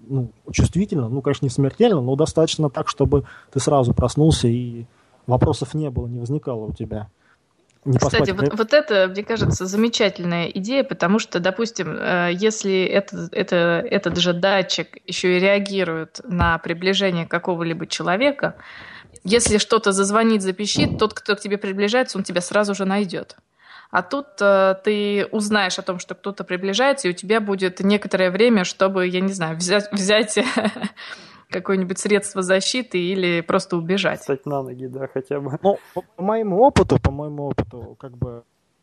чувствительно, конечно, не смертельно, но достаточно так, чтобы ты сразу проснулся и вопросов не было, не возникало у тебя. Кстати, вот это, мне кажется, замечательная идея, потому что, допустим, если этот же датчик еще и реагирует на приближение какого-либо человека, если что-то зазвонит, запищит, тот, кто к тебе приближается, он тебя сразу же найдет. А тут ты узнаешь о том, что кто-то приближается, и у тебя будет некоторое время, чтобы, я не знаю, взять какое-нибудь средство защиты или просто убежать. Встать на ноги, да, хотя бы. Ну, по моему опыту, как бы,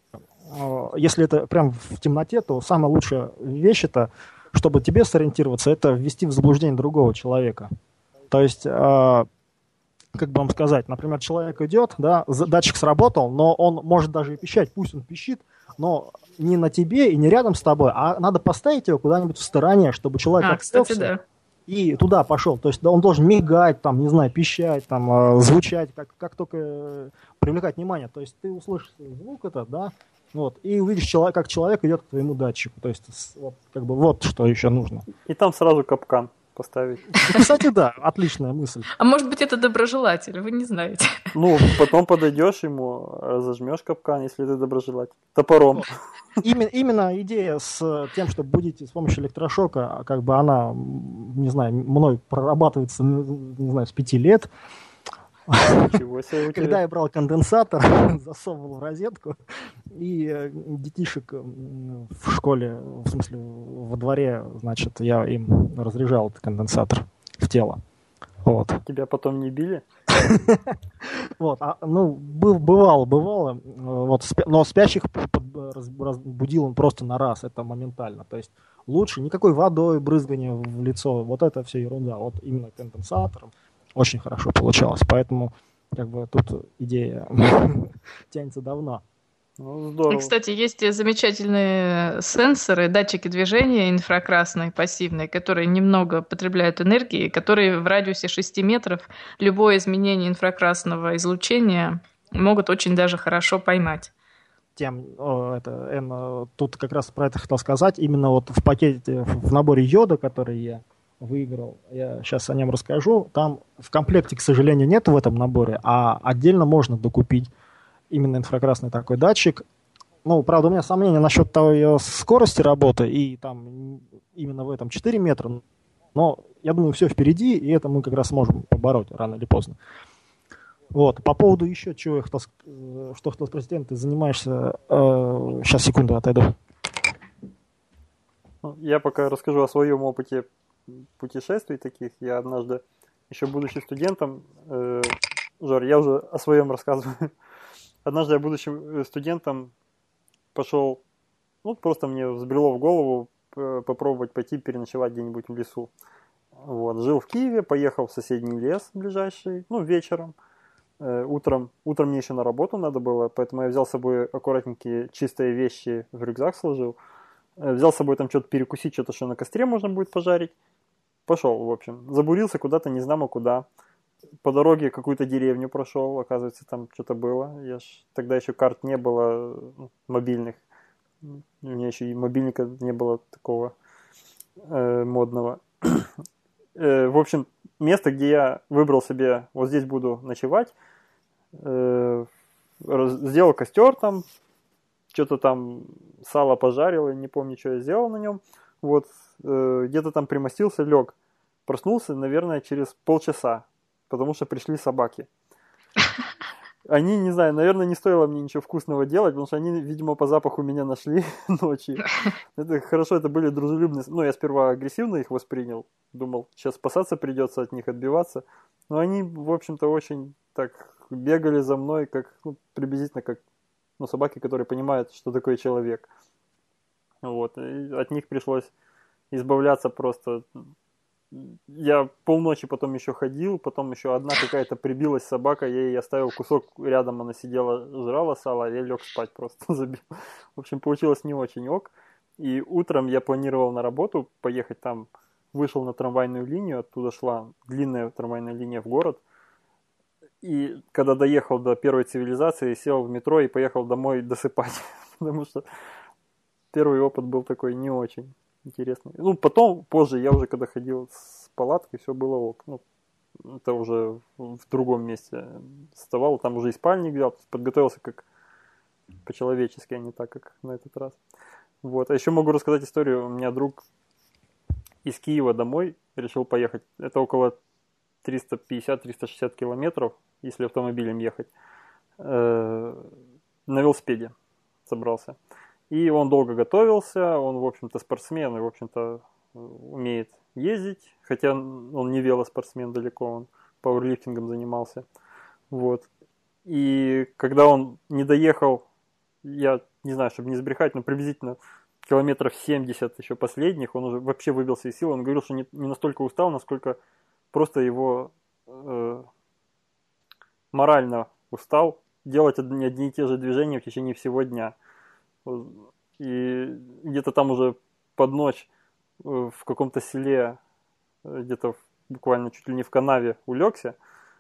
если это прям в темноте, то самая лучшая вещь это, чтобы тебе сориентироваться, это ввести в заблуждение другого человека. То есть, как бы вам сказать, например, человек идет, да, датчик сработал, но он может даже и пищать, пусть он пищит, но не на тебе и не рядом с тобой, а надо поставить его куда-нибудь в стороне, чтобы человек кстати, да. И туда пошел. То есть он должен мигать, там, не знаю, пищать, там, звучать, как только привлекать внимание. То есть ты услышишь звук этот, да, вот, и увидишь, как человек идет к твоему датчику. То есть вот, как бы вот что еще нужно. И там сразу капкан поставить. Кстати, да, отличная мысль. А может быть, это доброжелатель, вы не знаете. Ну, потом подойдешь ему, разожмешь капкан, если ты доброжелатель. Топором. Именно идея с тем, чтобы будить с помощью электрошока, как бы она, не знаю, мной прорабатывается, не знаю, с 5 лет. Ничего себе. Когда я брал конденсатор, засовывал в розетку, и детишек в школе, в смысле во дворе, значит, я им разряжал этот конденсатор в тело. Вот. Тебя потом не били? Вот, бывало, вот, но спящих будил он просто на раз, это моментально, то есть лучше никакой водой брызгания в лицо, вот это все ерунда, вот именно конденсатором очень хорошо получалось, поэтому как бы тут идея тянется давно. Ну, здорово. Кстати, есть замечательные сенсоры, датчики движения инфракрасные, пассивные, которые немного потребляют энергии, которые в радиусе 6 метров любое изменение инфракрасного излучения могут очень даже хорошо поймать. Тут как раз про это хотел сказать. Именно вот в пакете, в наборе йода, который я выиграл, я сейчас о нем расскажу. Там в комплекте, к сожалению, нет в этом наборе, а отдельно можно докупить именно инфракрасный такой датчик. Ну, правда, у меня сомнения насчет того скорости работы, и там именно в этом 4 метра, но я думаю, все впереди, и это мы как раз можем побороть рано или поздно. Вот. По поводу еще чего я хотел спросить, ты занимаешься... сейчас, секунду, отойду. Я пока расскажу о своем опыте путешествий таких. Я однажды, еще будучи студентом, Жор, я уже о своем рассказываю. Однажды я, будучи студентом, пошел, просто мне взбрело в голову попробовать пойти переночевать где-нибудь в лесу. Вот. Жил в Киеве, поехал в соседний лес ближайший, вечером. Утром мне еще на работу надо было, поэтому я взял с собой аккуратненькие чистые вещи в рюкзак сложил. Взял с собой там что-то перекусить, что-то, что на костре можно будет пожарить. Пошел, в общем. Забурился куда-то, не знамо куда. По дороге какую-то деревню прошел, оказывается, там что-то было. Тогда еще карт не было мобильных. У меня еще и мобильника не было такого модного. В общем, место, где я выбрал себе, вот здесь буду ночевать, сделал костер там, что-то там сало пожарил, не помню, что я сделал на нем. Вот, где-то там примостился, лег. Проснулся, наверное, через полчаса, потому что пришли собаки. Они, не знаю, наверное, не стоило мне ничего вкусного делать, потому что они, видимо, по запаху меня нашли ночью. Это хорошо, это были дружелюбные. Я сперва агрессивно их воспринял. Думал, сейчас спасаться придется от них, отбиваться. Но они, в общем-то, очень так бегали за мной, как, приблизительно как собаки, которые понимают, что такое человек. Вот. И от них пришлось избавляться просто. Я полночи потом еще ходил, потом еще одна какая-то прибилась собака, я ей оставил кусок рядом, она сидела, жрала сало, а я лег спать просто, забил. В общем, получилось не очень ок. И утром я планировал на работу поехать там, вышел на трамвайную линию, оттуда шла длинная трамвайная линия в город. И когда доехал до первой цивилизации, сел в метро и поехал домой досыпать, потому что первый опыт был такой не очень. интересно. Ну, потом, позже, я уже когда ходил с палаткой, все было ок. Ну, это уже в другом месте вставал, там уже и спальник взял, подготовился как по-человечески, а не так, как на этот раз. Вот. А еще могу рассказать историю. У меня друг из Киева домой решил поехать. Это около 350-360 километров, если автомобилем ехать. На велосипеде собрался. И он долго готовился, он, в общем-то, спортсмен и, в общем-то, умеет ездить, хотя он не велоспортсмен далеко, он пауэрлифтингом занимался. Вот. И когда он не доехал, я не знаю, чтобы не сбрехать, но приблизительно километров 70 еще последних, он уже вообще выбился из сил, он говорил, что не настолько устал, насколько просто его морально устал делать одни и те же движения в течение всего дня. И где-то там уже под ночь в каком-то селе, где-то буквально чуть ли не в канаве улегся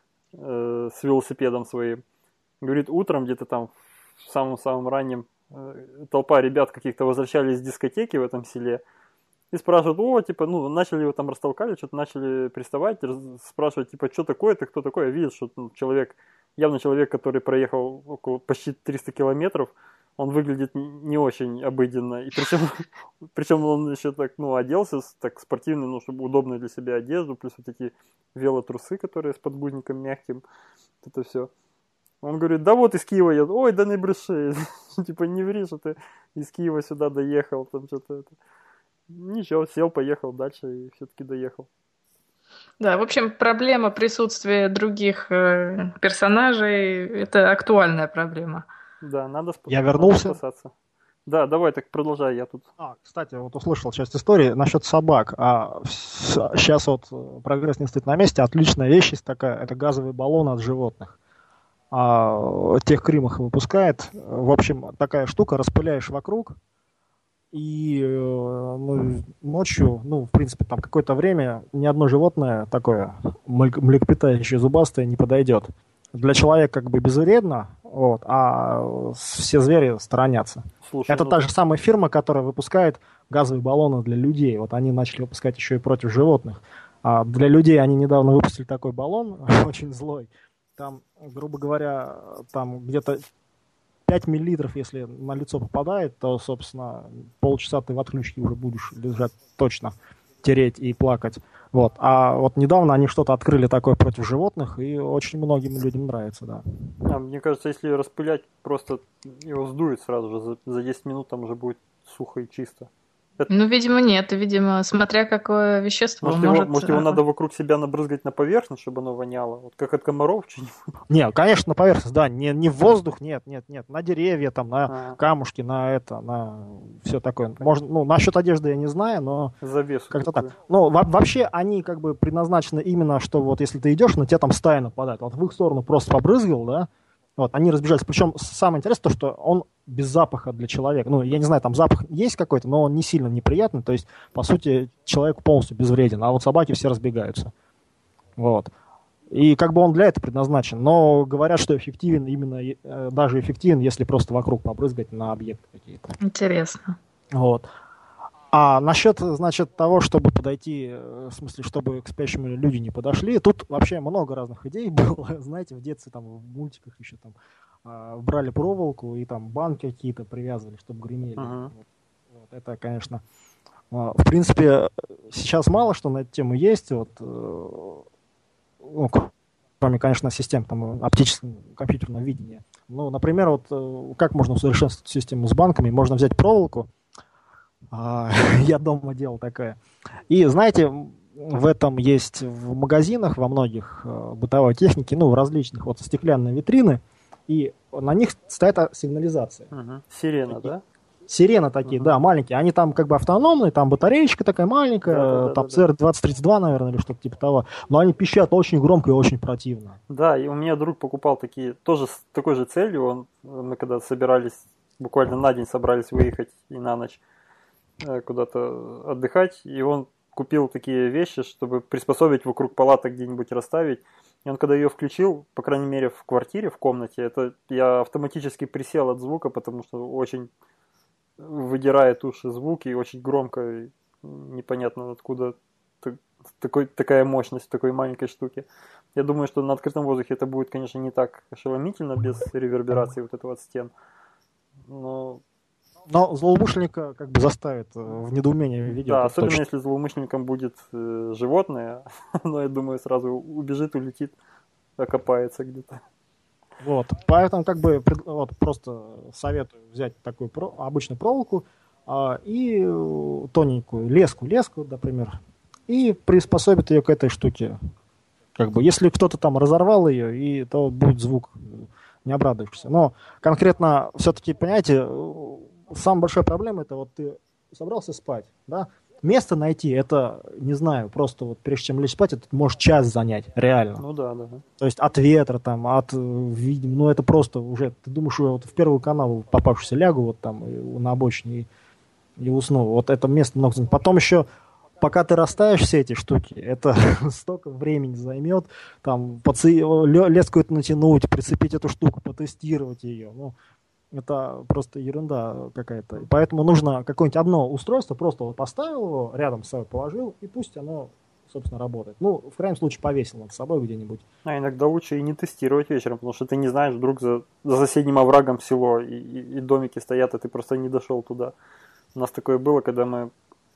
с велосипедом своим. Говорит, утром где-то там в самом-самом раннем толпа ребят каких-то возвращались с дискотеки в этом селе и спрашивают, начали его там растолкали, что-то начали приставать, спрашивать, что такое, ты кто такой? А видят, что явно человек, который проехал около почти 300 километров, он выглядит не очень обыденно. И причем он еще так, оделся так спортивно, чтобы удобную для себя одежду, плюс вот эти велотрусы, которые с подгузником мягким. Это все. Он говорит, да вот из Киева еду. Ой, да не бреши. Не ври, что ты из Киева сюда доехал. Там что-то это. Ничего, сел, поехал дальше и все-таки доехал. Да, в общем, проблема присутствия других персонажей – это актуальная проблема. Да, надо спасаться. Я вернулся. Да, давай, так продолжай, я тут. Кстати, вот услышал часть истории насчет собак. Сейчас вот прогресс не стоит на месте. Отличная вещь есть такая, это газовые баллоны от животных. Техкрим их выпускает. В общем, такая штука, распыляешь вокруг, и ночью, в принципе, там какое-то время ни одно животное такое млекопитающее, зубастое не подойдет. Для человека как бы безвредно, а все звери сторонятся. Слушай, это та же самая фирма, которая выпускает газовые баллоны для людей. Вот они начали выпускать еще и против животных. А для людей они недавно выпустили такой баллон, очень злой. Там, грубо говоря, там где-то 5 миллилитров, если на лицо попадает, то, собственно, полчаса ты в отключке уже будешь лежать точно, тереть и плакать. Вот. А вот недавно они что-то открыли такое против животных, и очень многим людям нравится, да. Мне кажется, если распылять, просто его сдует сразу же, за 10 минут там уже будет сухо и чисто. Видимо, нет. Видимо, смотря какое вещество. Может, его надо вокруг себя набрызгать на поверхность, чтобы оно воняло? Вот как от комаров что-нибудь? Нет, конечно, на поверхность, да. Не в воздух, нет. На деревья, там, на камушки, на все такое. Можно, насчет одежды я не знаю, но завесу как-то такую. так. Вообще они как бы предназначены именно, что вот если ты идешь, на тебя там стая нападает. Вот в их сторону просто побрызгал, да, они разбежались. Причем самое интересное, то, что он без запаха для человека. Я не знаю, там запах есть какой-то, но он не сильно неприятный. То есть, по сути, человек полностью безвреден. А вот собаки все разбегаются. Вот. И как бы он для этого предназначен. Но говорят, что эффективен именно, даже эффективен, если просто вокруг побрызгать на объекты какие-то. Интересно. Вот. А насчет, значит, того, чтобы подойти, в смысле, чтобы к спящему люди не подошли, тут вообще много разных идей было. Знаете, в детстве, там, в мультиках еще там брали проволоку и там банки какие-то привязывали, чтобы гремели. Вот это, конечно, в принципе, сейчас мало что на эту тему есть. Кроме, конечно, систем там, оптического компьютерного видения. Например, как можно усовершенствовать систему с банками? Можно взять проволоку. Я дома делал такое. И знаете, в этом есть в магазинах, во многих бытовой технике, в различных, стеклянные витрины, и на них стоит сигнализация. Сирена, да? Сирены такие, да, маленькие. Они там как бы автономные, там батареечка такая маленькая, там CR2032, наверное, или что-то типа того. Но они пищат очень громко и очень противно. Да, и у меня друг покупал такие, тоже с такой же целью. Мы когда собирались, буквально на день собрались выехать и на ночь куда-то отдыхать, и он купил такие вещи, чтобы приспособить вокруг палаток где-нибудь расставить. И он когда ее включил, по крайней мере в квартире, в комнате, я автоматически присел от звука, потому что очень выдирает уши звуки и очень громко непонятно откуда такая мощность в такой маленькой штуке. Я думаю, что на открытом воздухе это будет, конечно, не так ошеломительно, без реверберации вот этого от стен. Но злоумышленника как бы заставит в недоумение видео. Да, особенно если злоумышленником будет животное, но я думаю, сразу убежит, улетит, окопается где-то. Вот, поэтому как бы просто советую взять такую обычную проволоку и тоненькую леску, например, и приспособить ее к этой штуке. Как бы, если кто-то там разорвал ее, то будет звук, не обрадуешься. Но конкретно все-таки, понимаете, самая большая проблема это вот ты собрался спать, да? Место найти, это, не знаю, просто вот прежде чем лечь спать, это может час занять, реально. Ну да. То есть от ветра, там, ну это просто уже, ты думаешь, вот в первую канаву попавшуюся лягу вот там на обочине и усну. Вот это место много занять. Потом еще, пока ты расставишь все эти штуки, это столько времени займет, там, леску эту натянуть, прицепить эту штуку, потестировать ее, ну, это просто ерунда какая-то. Поэтому нужно какое-нибудь одно устройство, просто вот поставил его, рядом с собой положил, и пусть оно, собственно, работает. Ну, в крайнем случае, повесил над собой где-нибудь. А иногда лучше и не тестировать вечером, потому что ты не знаешь, вдруг за соседним оврагом село, и домики стоят, а ты просто не дошел туда. У нас такое было, когда мы...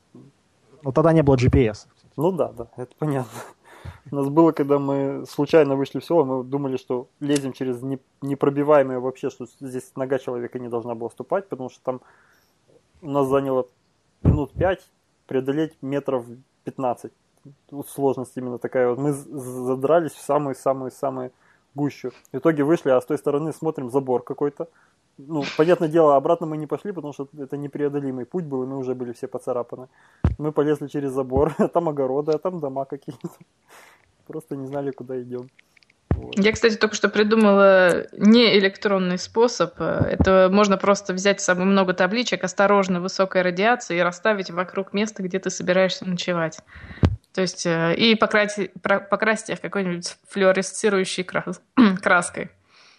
Ну, тогда не было GPS. Ну да, это понятно. У нас было, когда мы случайно вышли в село, мы думали, что лезем через непробиваемое вообще, что здесь нога человека не должна была ступать, потому что там у нас заняло минут 5 преодолеть метров 15. Тут сложность именно такая. Вот мы задрались в самую-самую-самую гущу. В итоге вышли, а с той стороны смотрим забор какой-то. Ну, понятное дело, обратно мы не пошли, потому что это непреодолимый путь был, и мы уже были все поцарапаны. Мы полезли через забор, а там огороды, а там дома какие-то. Просто не знали, куда идем. Вот. Я, кстати, только что придумала не электронный способ. Это можно просто взять с собой много табличек, осторожно, высокая радиация, и расставить вокруг места, где ты собираешься ночевать. То есть, и покрасить их какой-нибудь флуоресцирующей краской.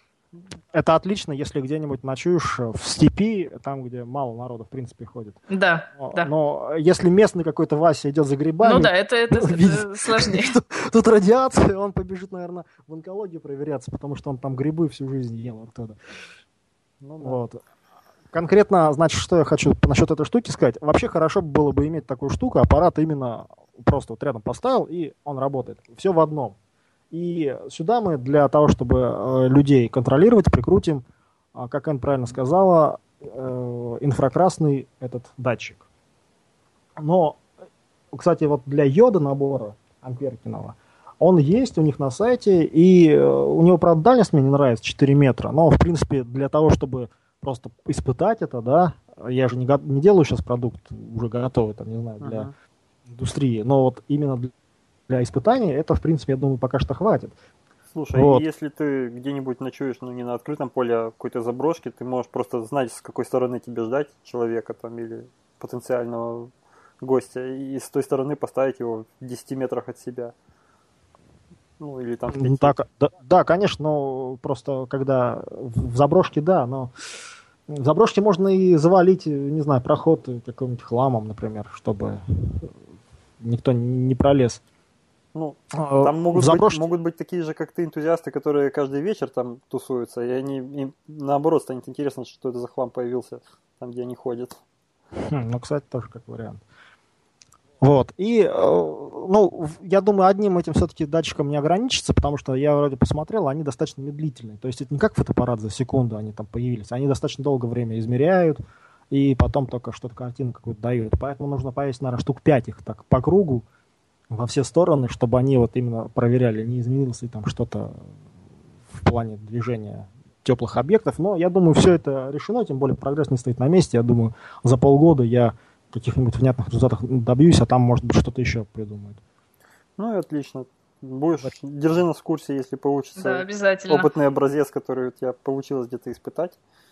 Это отлично, если где-нибудь ночуешь в степи, там, где мало народу, в принципе, ходит. Да. Но если местный какой-то Вася идет за грибами... Ну да, это сложнее. Тут радиация, он побежит, наверное, в онкологию проверяться, потому что он там грибы всю жизнь ел оттуда. Вот. Конкретно, значит, что я хочу насчет этой штуки сказать. Вообще хорошо было бы иметь такую штуку, аппарат именно просто вот рядом поставил, и он работает. Все в одном. И сюда мы для того, чтобы людей контролировать, прикрутим, как Энн правильно сказала, инфракрасный этот датчик. Но, кстати, вот для йода набора Амперкиного, он есть у них на сайте, и у него, правда, дальность мне не нравится, 4 метра, но, в принципе, для того, чтобы просто испытать это, да, я же не делаю сейчас продукт уже готовый, там, не знаю, для индустрии, но вот именно для испытаний это, в принципе, я думаю, пока что хватит. Слушай, вот. Если ты где-нибудь ночуешь, ну, не на открытом поле, а в какой-то заброшке, ты можешь просто знать, с какой стороны тебе ждать человека там или потенциального гостя, и с той стороны поставить его в 10 метрах от себя. Ну, или там... Да, конечно, но просто когда в заброшке, да, но в заброшке можно и завалить, не знаю, проход каким-нибудь хламом, например, чтобы никто не пролез. Ну, там могут быть такие же, как ты, энтузиасты, которые каждый вечер там тусуются, и им наоборот станет интересно, что это за хлам появился там, где они ходят. Ну, кстати, тоже как вариант. Вот. И, ну, я думаю, одним этим все-таки датчиком не ограничится, потому что я вроде посмотрел, они достаточно медлительные. То есть это не как фотоаппарат за секунду они там появились. Они достаточно долгое время измеряют, и потом только что-то картину какую-то дают. Поэтому нужно повесить, наверное, штук 5 их так по кругу, во все стороны, чтобы они вот именно проверяли, не изменилось ли там что-то в плане движения теплых объектов. Но я думаю, все это решено, тем более прогресс не стоит на месте. Я думаю, за полгода я каких-нибудь внятных результатов добьюсь, а там, может быть, что-то еще придумают. Ну и отлично. Держи нас в курсе, если получится. Да, обязательно. Опытный образец, который у тебя получилось где-то испытать.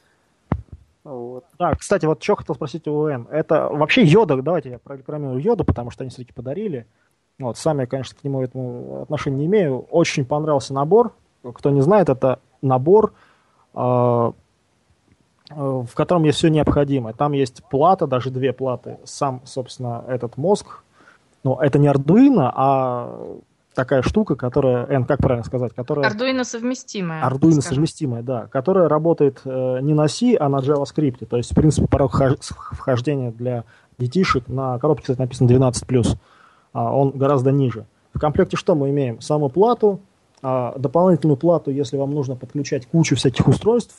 Вот. Да, кстати, вот что хотел спросить у Энн. Это вообще йода, давайте я прорекламирую йоду, потому что они все-таки подарили. Вот, сам я, конечно, к нему этому отношения не имею. Очень понравился набор. Кто не знает, это набор в котором есть все необходимое. Там есть плата, даже две платы, сам, собственно, этот мозг. Но это не Arduino, а такая штука, которая, как правильно сказать, которая... Arduino совместимая. Arduino совместимая, да, которая работает не на C, а на JavaScript. То есть, в принципе, порог вхождения для детишек на коробке, кстати, написано 12+, он гораздо ниже. В комплекте что мы имеем? Саму плату, дополнительную плату, если вам нужно подключать кучу всяких устройств.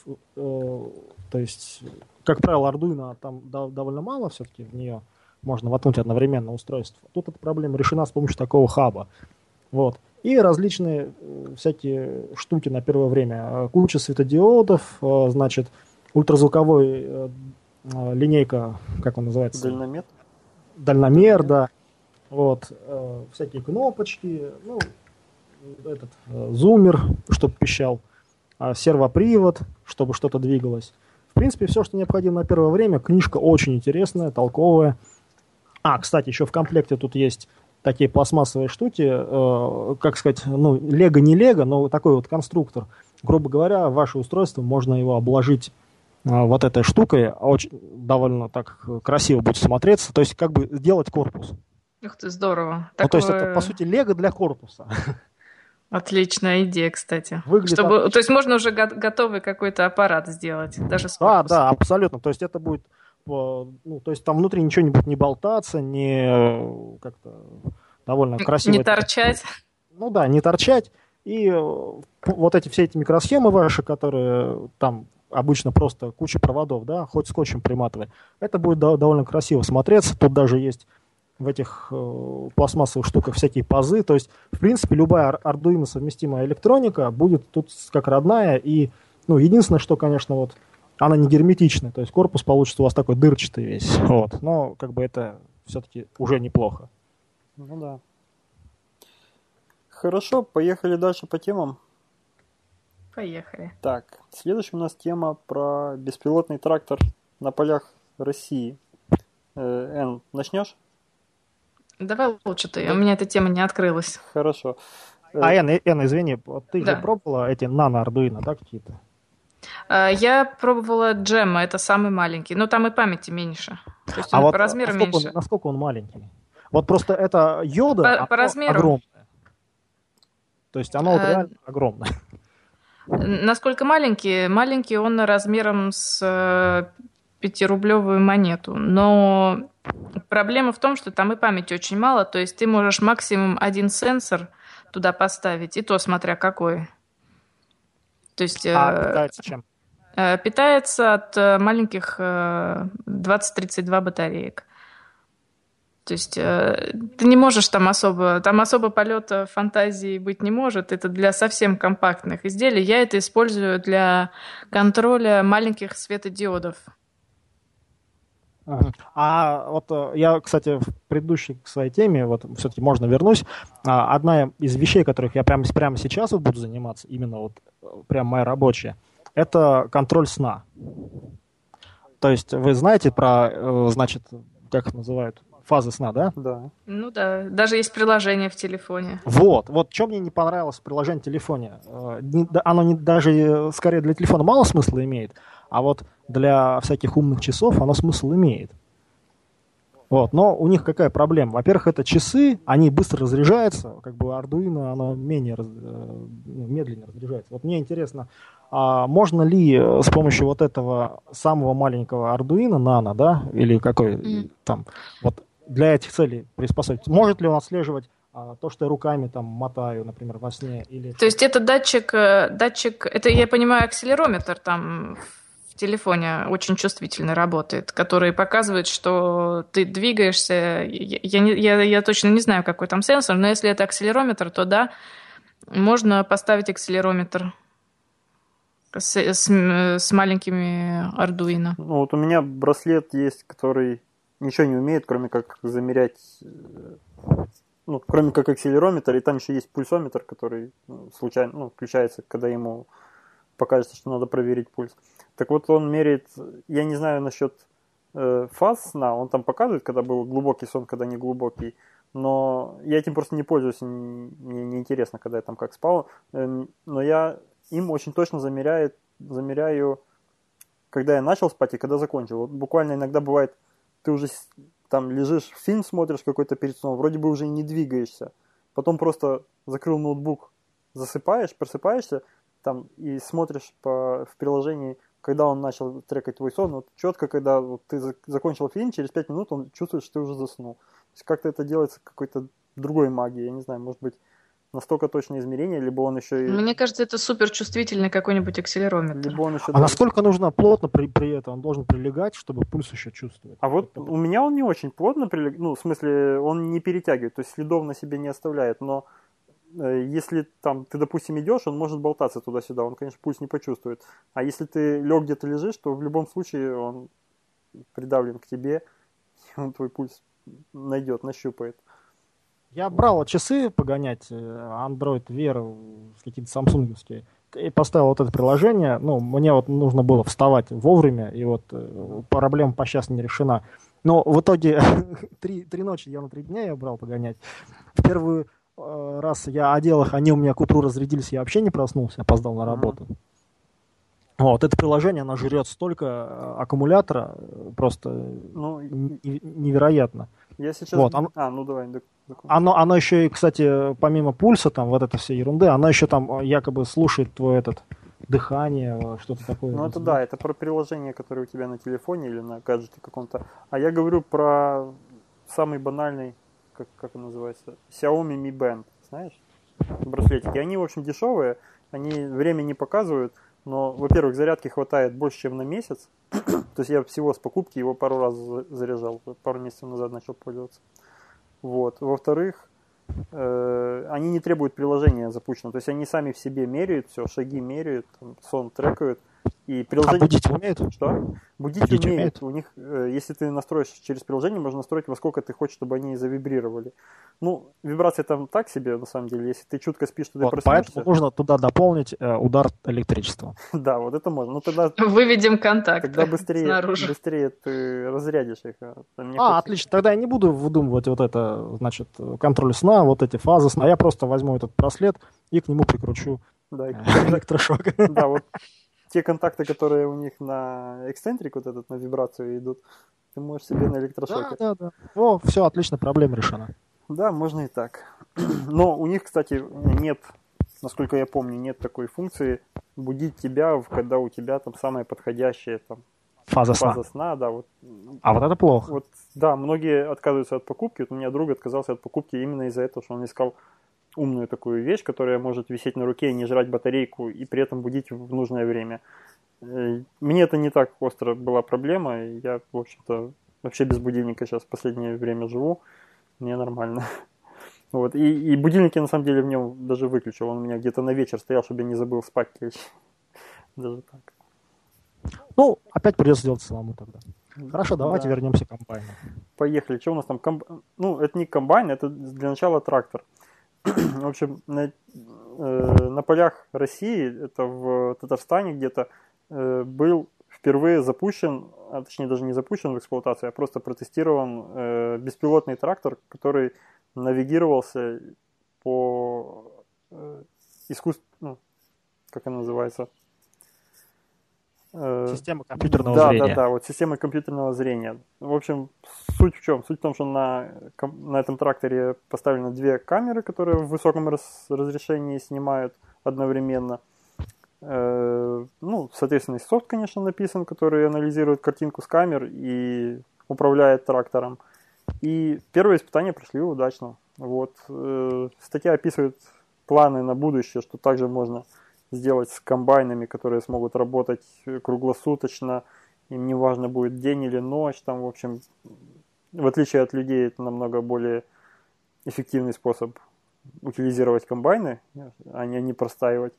То есть, как правило, Arduino там довольно мало все-таки в нее можно воткнуть одновременно устройство. Тут эта проблема решена с помощью такого хаба. Вот. И различные всякие штуки на первое время. Куча светодиодов, значит, ультразвуковой линейка, как он называется? Дальномер. Дальномер, да. Вот. Всякие кнопочки, ну, этот зумер, чтобы пищал, сервопривод, чтобы что-то двигалось. В принципе, все, что необходимо на первое время. Книжка очень интересная, толковая. Кстати, еще в комплекте тут есть такие пластмассовые штуки, как сказать, ну, лего не лего, но такой вот конструктор. Грубо говоря, ваше устройство, можно его обложить вот этой штукой, очень довольно так красиво будет смотреться, то есть как бы сделать корпус. Ух ты, здорово. Ну, то есть это, по сути, лего для корпуса. Отличная идея, кстати. Выглядит то есть можно уже готовый какой-то аппарат сделать, даже с корпусом. Да, абсолютно. То есть это будет, ну, то есть там внутри ничего не будет не болтаться, не как-то довольно красиво. Не торчать. Ну да, не торчать. И вот все эти микросхемы ваши, которые там обычно просто куча проводов, да, хоть скотчем приматывай, это будет довольно красиво смотреться. Тут даже есть в этих пластмассовых штуках всякие пазы. То есть, в принципе, любая Arduino совместимая электроника будет тут как родная. И, ну, единственное, что, конечно, вот она не герметичная. То есть корпус получится у вас такой дырчатый весь. Вот. Но как бы это все-таки уже неплохо. Ну да. Хорошо, поехали дальше по темам. Поехали. Так, следующая у нас тема про беспилотный трактор на полях России. Эн, начнешь? Давай лучше ты, у меня эта тема не открылась. Хорошо. Эн, извини, ты же пробовала эти нано-ардуино, да, какие-то? Я пробовала Джемма, это самый маленький, но там и памяти меньше. То есть он вот по размеру меньше. Насколько он маленький? Вот просто это йода по размеру огромное. То есть оно вот реально огромное. Насколько маленький? Маленький он размером с 5-рублевую монету. Но проблема в том, что там и памяти очень мало. То есть ты можешь максимум один сенсор туда поставить, и то смотря какой. То есть, питается чем? Питается от маленьких 20-32 батареек. То есть ты не можешь там особо полета фантазии быть не может. Это для совсем компактных изделий. Я это использую для контроля маленьких светодиодов. Вот я, кстати, в предыдущей своей теме, вот все-таки можно вернусь, одна из вещей, которых я прямо сейчас вот буду заниматься, именно вот прям моя рабочая, это контроль сна. То есть вы знаете про, значит, как их называют, фазы сна, да? Да. Ну да, даже есть приложение в телефоне. Вот что мне не понравилось в приложении в телефоне. Оно даже скорее для телефона мало смысла имеет, а вот для всяких умных часов оно смысл имеет. Вот, но у них какая проблема? Во-первых, это часы, они быстро разряжаются, как бы Arduino, оно медленнее разряжается. Вот мне интересно, можно ли с помощью вот этого самого маленького Arduino Nano, да, или какой там, вот для этих целей приспособить, может ли он отслеживать то, что я руками там мотаю, например, во сне? Или то есть это датчик, это, я понимаю, акселерометр там в телефоне очень чувствительно работает, который показывает, что ты двигаешься. Я точно не знаю, какой там сенсор, но если это акселерометр, то да, можно поставить акселерометр с маленькими Arduino. Ну вот у меня браслет есть, который ничего не умеет, кроме как замерять, ну, кроме как акселерометр, и там еще есть пульсометр, который случайно включается, когда ему покажется, что надо проверить пульс. Так вот, он меряет, я не знаю насчет фаз сна, он там показывает, когда был глубокий сон, когда не глубокий, но я этим просто не пользуюсь, мне не интересно, когда я там как спал, но я им очень точно замеряю когда я начал спать и когда закончил. Вот буквально иногда бывает, ты уже там лежишь, фильм смотришь какой-то перед сном, вроде бы уже не двигаешься. Потом просто закрыл ноутбук, засыпаешь, просыпаешься там и смотришь в приложении, когда он начал трекать твой сон. Вот четко, когда вот ты закончил фильм, через 5 минут он чувствует, что ты уже заснул. То есть как-то это делается какой-то другой магией. Я не знаю, может быть, настолько точное измерение, либо он еще и... Мне кажется, это суперчувствительный какой-нибудь акселерометр. Либо он еще А насколько нужно плотно при этом? Он должен прилегать, чтобы пульс еще чувствовать. А вот у меня он не очень плотно прилегает, ну, в смысле, он не перетягивает, то есть следов на себе не оставляет, но если там ты, допустим, идешь, он может болтаться туда-сюда, он, конечно, пульс не почувствует. А если ты лег где-то лежишь, то в любом случае он придавлен к тебе, и он твой пульс найдет, нащупает. Я брал часы погонять, Android Wear, какие-то самсунговские, и поставил вот это приложение. Ну, мне вот нужно было вставать вовремя, и вот проблема по сейчас не решена. Но в итоге 3 ночи я на 3 дня я брал погонять. В первый раз я одел их, они у меня к утру разрядились, я вообще не проснулся, опоздал на работу. Вот, это приложение, оно жрет столько аккумулятора, просто невероятно. Я сейчас... Вот, ну давай. Оно еще и, кстати, помимо пульса, там, вот это все ерунды, оно еще там якобы слушает твое дыхание, что-то такое. Ну это да, это про приложение, которое у тебя на телефоне или на гаджете каком-то. А я говорю про самый банальный, как он называется, Xiaomi Mi Band, знаешь? Браслетики. Они, в общем, дешевые, они время не показывают, но, во-первых, зарядки хватает больше, чем на месяц. То есть я всего с покупки его пару раз заряжал, пару месяцев назад начал пользоваться. Вот. Во-вторых, они не требуют приложения запущенного, то есть они сами в себе меряют все, шаги меряют, там, сон трекают. И приложение... А будить умеют? Что? Будить умеют. У них, если ты настроишь через приложение, можно настроить, во сколько ты хочешь, чтобы они завибрировали. Ну, вибрация там так себе, на самом деле. Если ты чутко спишь, то ты проснешься. Поэтому нужно туда дополнить удар электричеством. Да, вот это можно. Ну, тогда... Выведем контакт. Тогда быстрее ты разрядишь их. Отлично. Тогда я не буду выдумывать вот это, значит, контроль сна, вот эти фазы сна. Я просто возьму этот браслет и к нему прикручу электрошок. Да, вот те контакты, которые у них на эксцентрик, вот этот, на вибрацию идут, ты можешь себе на электрошоке. Да. О, все, отлично, проблема решена. Да, можно и так. Но у них, кстати, нет, насколько я помню, нет такой функции будить тебя, когда у тебя там самая подходящая там фаза сна, да. Вот. А вот это плохо. Вот, да, многие отказываются от покупки. Вот у меня друг отказался от покупки именно из-за этого, что он искал умную такую вещь, которая может висеть на руке, не жрать батарейку и при этом будить в нужное время. Мне это не так остро была проблема. Я, в общем-то, вообще без будильника сейчас в последнее время живу. Мне нормально. Вот. И будильник я на самом деле в нем даже выключил. Он у меня где-то на вечер стоял, чтобы я не забыл спать лечь. Даже так. Ну, опять придется делать самому тогда. Хорошо, давайте вернемся к комбайну. Поехали. Что у нас там? Ну, это не комбайн, это для начала трактор. В общем, на полях России, это в Татарстане где-то, был впервые запущен, а точнее даже не запущен в эксплуатацию, а просто протестирован беспилотный трактор, который навигировался по искусственному, как она называется? Система компьютерного зрения. Да, вот система компьютерного зрения. В общем, суть в чем? Суть в том, что на этом тракторе поставлены 2 камеры, которые в высоком разрешении снимают одновременно. Ну, соответственно, софт, конечно, написан, который анализирует картинку с камер и управляет трактором. И первые испытания прошли удачно. Вот. Статья описывает планы на будущее, что также можно сделать с комбайнами, которые смогут работать круглосуточно, им не важно будет день или ночь, там, в общем, в отличие от людей, это намного более эффективный способ утилизировать комбайны, а не простаивать.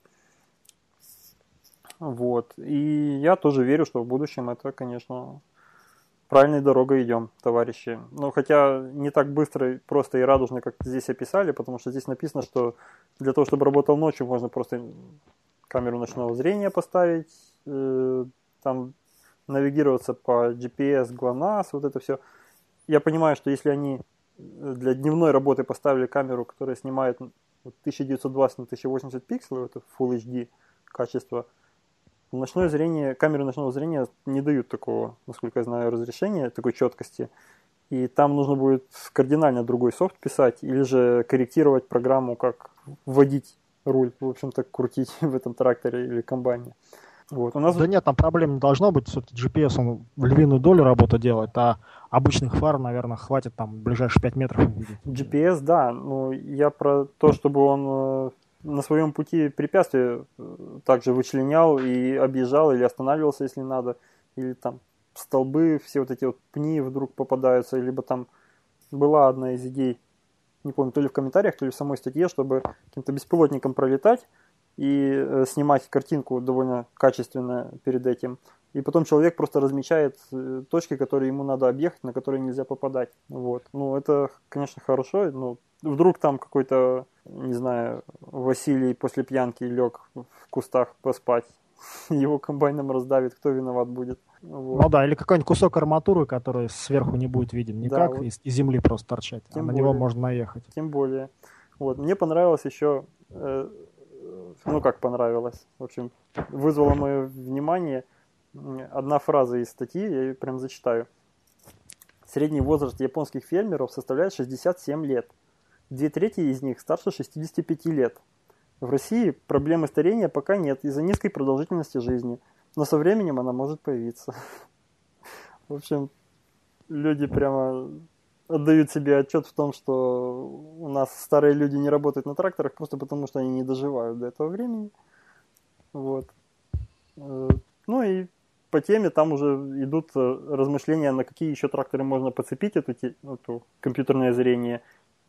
Вот. И я тоже верю, что в будущем это, конечно, правильной дорогой идем, товарищи. Но хотя не так быстро, просто и радужно, как здесь описали, потому что здесь написано, что для того, чтобы работал ночью, можно просто камеру ночного зрения поставить, там навигироваться по GPS, GLONASS, вот это все. Я понимаю, что если они для дневной работы поставили камеру, которая снимает 1920 на 1080 пикселов, это Full HD качество, Ночное зрение, камеры ночного зрения не дают такого, насколько я знаю, разрешения, такой четкости. И там нужно будет кардинально другой софт писать, или же корректировать программу, как вводить руль, в общем-то, крутить в этом тракторе или комбайне. Вот. У нас... Да нет, там проблем не должно быть. Все-таки GPS, он в львиную долю работы делает, а обычных фар, наверное, хватит там в ближайшие 5 метров увидеть. GPS, да, но я про то, чтобы он на своем пути препятствия также вычленял и объезжал или останавливался, если надо, или там столбы, все вот эти вот пни вдруг попадаются, либо там была одна из идей, не помню, то ли в комментариях, то ли в самой статье, чтобы каким-то беспилотником пролетать и снимать картинку довольно качественно перед этим. И потом человек просто размечает точки, которые ему надо объехать, на которые нельзя попадать. Вот. Ну, это, конечно, хорошо, но вдруг там какой-то, не знаю, Василий после пьянки лег в кустах поспать, его комбайном раздавит, кто виноват будет. Вот. Ну да, или какой-нибудь кусок арматуры, который сверху не будет виден никак, да, вот. из земли просто торчать, а на него можно наехать. Тем более. Вот. Мне понравилось еще, ну как понравилось, в общем, вызвало мое внимание одна фраза из статьи, я ее прям зачитаю. Средний возраст японских фермеров составляет 67 лет. 2/3 из них старше 65 лет. В России проблемы старения пока нет из-за низкой продолжительности жизни, но со временем она может появиться. В общем, люди прямо отдают себе отчет в том, что у нас старые люди не работают на тракторах просто потому, что они не доживают до этого времени. Вот. Ну и по теме там уже идут размышления, на какие еще тракторы можно подцепить эту компьютерное зрение.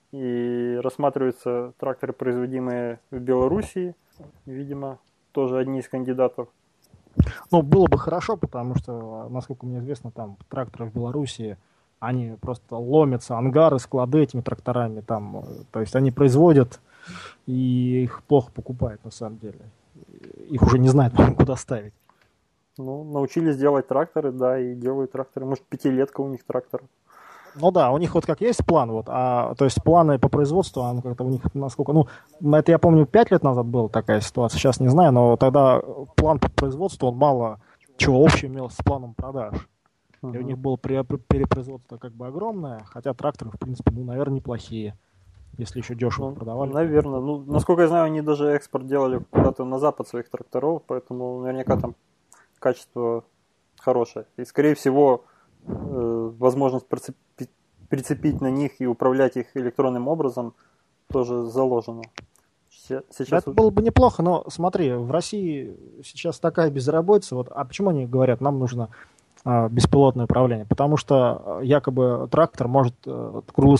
И рассматриваются тракторы, производимые в Белоруссии. Видимо, тоже одни из кандидатов. Ну, было бы хорошо, потому что, насколько мне известно, там тракторы в Белоруссии, они просто ломятся, ангары, склады этими тракторами. Там, то есть они производят, и их плохо покупают на самом деле. Их уже не знают, куда ставить. Ну, научились делать тракторы, да, и делают тракторы. Может, 5-летка у них трактор. Ну да, у них вот как есть план, вот, то есть планы по производству, оно как-то у них насколько, ну, это я помню 5 лет назад была такая ситуация, сейчас не знаю, но тогда план по производству, он мало чего общего имел с планом продаж. И у них было перепроизводство как бы огромное, хотя тракторы, в принципе, ну, наверное, неплохие, если еще дешево продавали. Наверное, ну, насколько я знаю, они даже экспорт делали куда-то на запад своих тракторов, поэтому наверняка там качество хорошее. И, скорее всего, возможность прицепить на них и управлять их электронным образом тоже заложено. Сейчас это было бы неплохо, но смотри, в России сейчас такая безработица, вот, а почему они говорят, нам нужно беспилотное управление? Потому что якобы трактор может круглые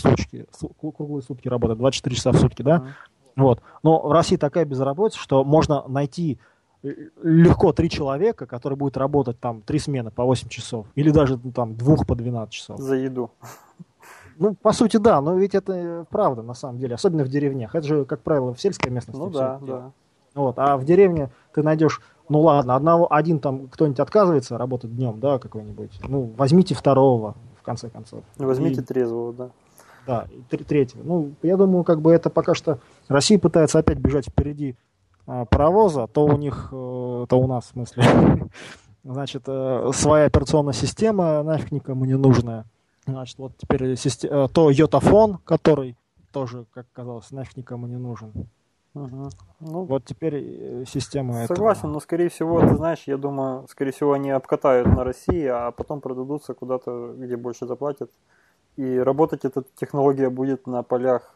сутки работать, 24 часа в сутки, да? Вот. Но в России такая безработица, что можно найти легко 3 человека, которые будут работать там 3 смены по 8 часов, или даже там 2 по 12 часов. За еду. Ну, по сути, да, но ведь это правда, на самом деле, особенно в деревнях. Это же, как правило, в сельской местности. Ну да, да. Вот, а в деревне ты найдешь, ну ладно, один там кто-нибудь отказывается работать днем, да, какой-нибудь. Ну, возьмите второго, в конце концов. Возьмите трезвого, да. Да, и третьего. Ну, я думаю, как бы это пока что Россия пытается опять бежать впереди паровоза, то у них, то у нас, в смысле, значит, своя операционная система нафиг никому не нужная. Значит, вот теперь то йотафон, который тоже, как казалось, нафиг никому не нужен. Ну, вот теперь система согласен, но, скорее всего, ты знаешь, я думаю, скорее всего, они обкатают на России, а потом продадутся куда-то, где больше заплатят. И работать эта технология будет на полях,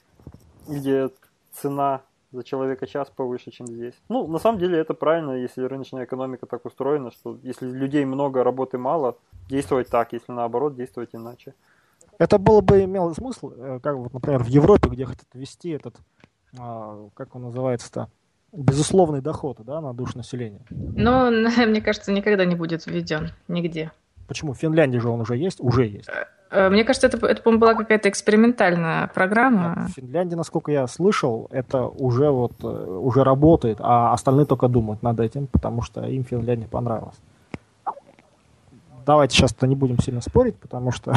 где цена за человека час повыше, чем здесь. Ну, на самом деле это правильно, если рыночная экономика так устроена, что если людей много, работы мало, действовать так, если наоборот, действовать иначе. Это было бы имело смысл, как вот, например, в Европе, где хотят ввести этот, как он называется-то, безусловный доход, да, на душу населения. Но, мне кажется, никогда не будет введен нигде. Почему? В Финляндии же он уже есть? Уже есть. Мне кажется, это по-моему, была какая-то экспериментальная программа. В Финляндии, насколько я слышал, это уже работает, а остальные только думают над этим, потому что им Финляндия понравилась. Давайте сейчас-то не будем сильно спорить, потому что...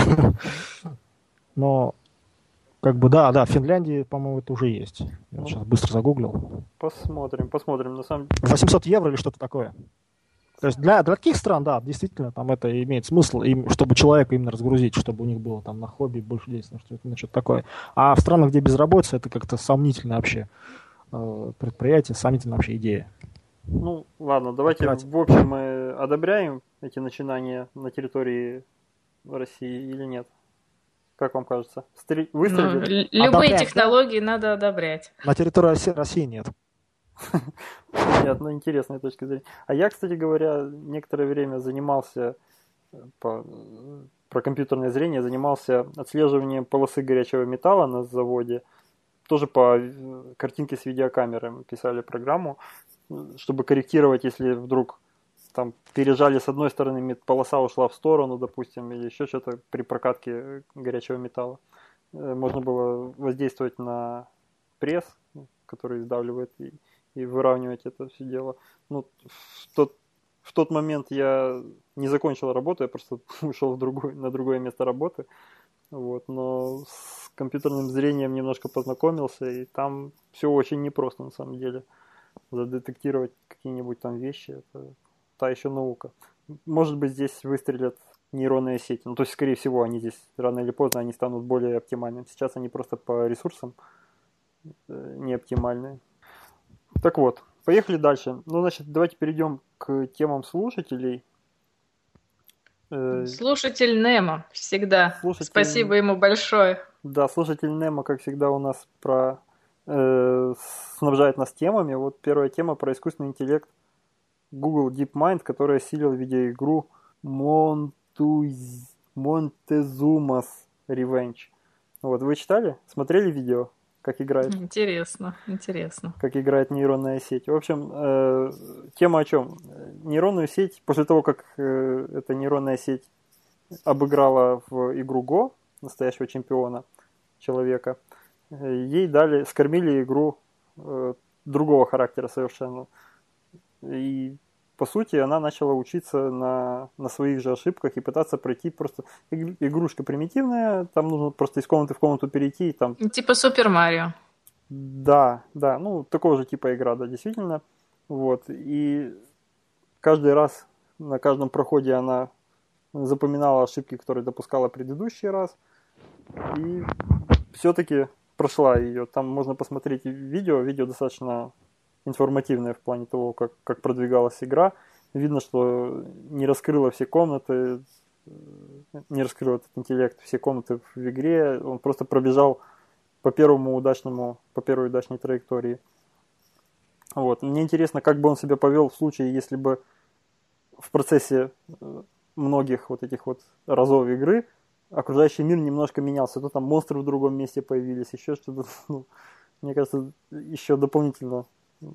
Но, как бы, да, в Финляндии, по-моему, это уже есть. Я сейчас быстро загуглил. Посмотрим, на самом деле. 800 евро или что-то такое? То есть для таких стран, да, действительно, там это имеет смысл, чтобы человека именно разгрузить, чтобы у них было там на хобби больше действия, что-то такое. А в странах, где безработица, это как-то сомнительное вообще предприятие, сомнительная вообще идея. Ну, ладно, давайте в общем мы одобряем эти начинания на территории России или нет? Как вам кажется? Выстрелили? Любые одобрять, технологии надо одобрять. На территории России нет. Понятно, интересная точка зрения. А я, кстати говоря, некоторое время занимался про компьютерное зрение, занимался отслеживанием полосы горячего металла на заводе. Тоже по картинке с видеокамеры мы писали программу, чтобы корректировать, если вдруг там пережали с одной стороны, полоса ушла в сторону, допустим, или еще что-то при прокатке горячего металла. Можно было воздействовать на пресс, который сдавливает и выравнивать это все дело. Ну, в тот момент я не закончил работу, я просто ушел на другое место работы. Вот, но с компьютерным зрением немножко познакомился, и там все очень непросто на самом деле. Задетектировать какие-нибудь там вещи, это та еще наука. Может быть, здесь выстрелят нейронные сети. Ну, то есть, скорее всего, они здесь рано или поздно они станут более оптимальными. Сейчас они просто по ресурсам не оптимальные. Так вот, поехали дальше. Ну, значит, давайте перейдем к темам слушателей. Слушатель Немо всегда. Спасибо ему большое. Да, слушатель Немо, как всегда, у нас снабжает нас темами. Вот первая тема про искусственный интеллект Google DeepMind, который осилил видеоигру Montezuma's Revenge. Вот, вы читали? Смотрели видео? Как играет? Интересно. Как играет нейронная сеть. В общем, тема о чем? Нейронную сеть, после того, как эта нейронная сеть обыграла в игру Go настоящего чемпиона человека, ей скормили игру другого характера совершенно. И, по сути, она начала учиться на своих же ошибках и пытаться пройти просто... Игрушка примитивная, там нужно просто из комнаты в комнату перейти. И там... Типа Супер Марио. Да, ну, такого же типа игра, да, действительно. Вот, и каждый раз, на каждом проходе она запоминала ошибки, которые допускала предыдущий раз, и все-таки прошла ее. Там можно посмотреть видео достаточно информативное в плане того, как продвигалась игра. Видно, что не раскрыла все комнаты, не раскрыл этот интеллект, все комнаты в игре, он просто пробежал по первой удачной траектории. Вот. Мне интересно, как бы он себя повел в случае, если бы в процессе многих вот этих вот разов игры окружающий мир немножко менялся. То там монстры в другом месте появились, еще что-то. Ну, мне кажется, еще дополнительно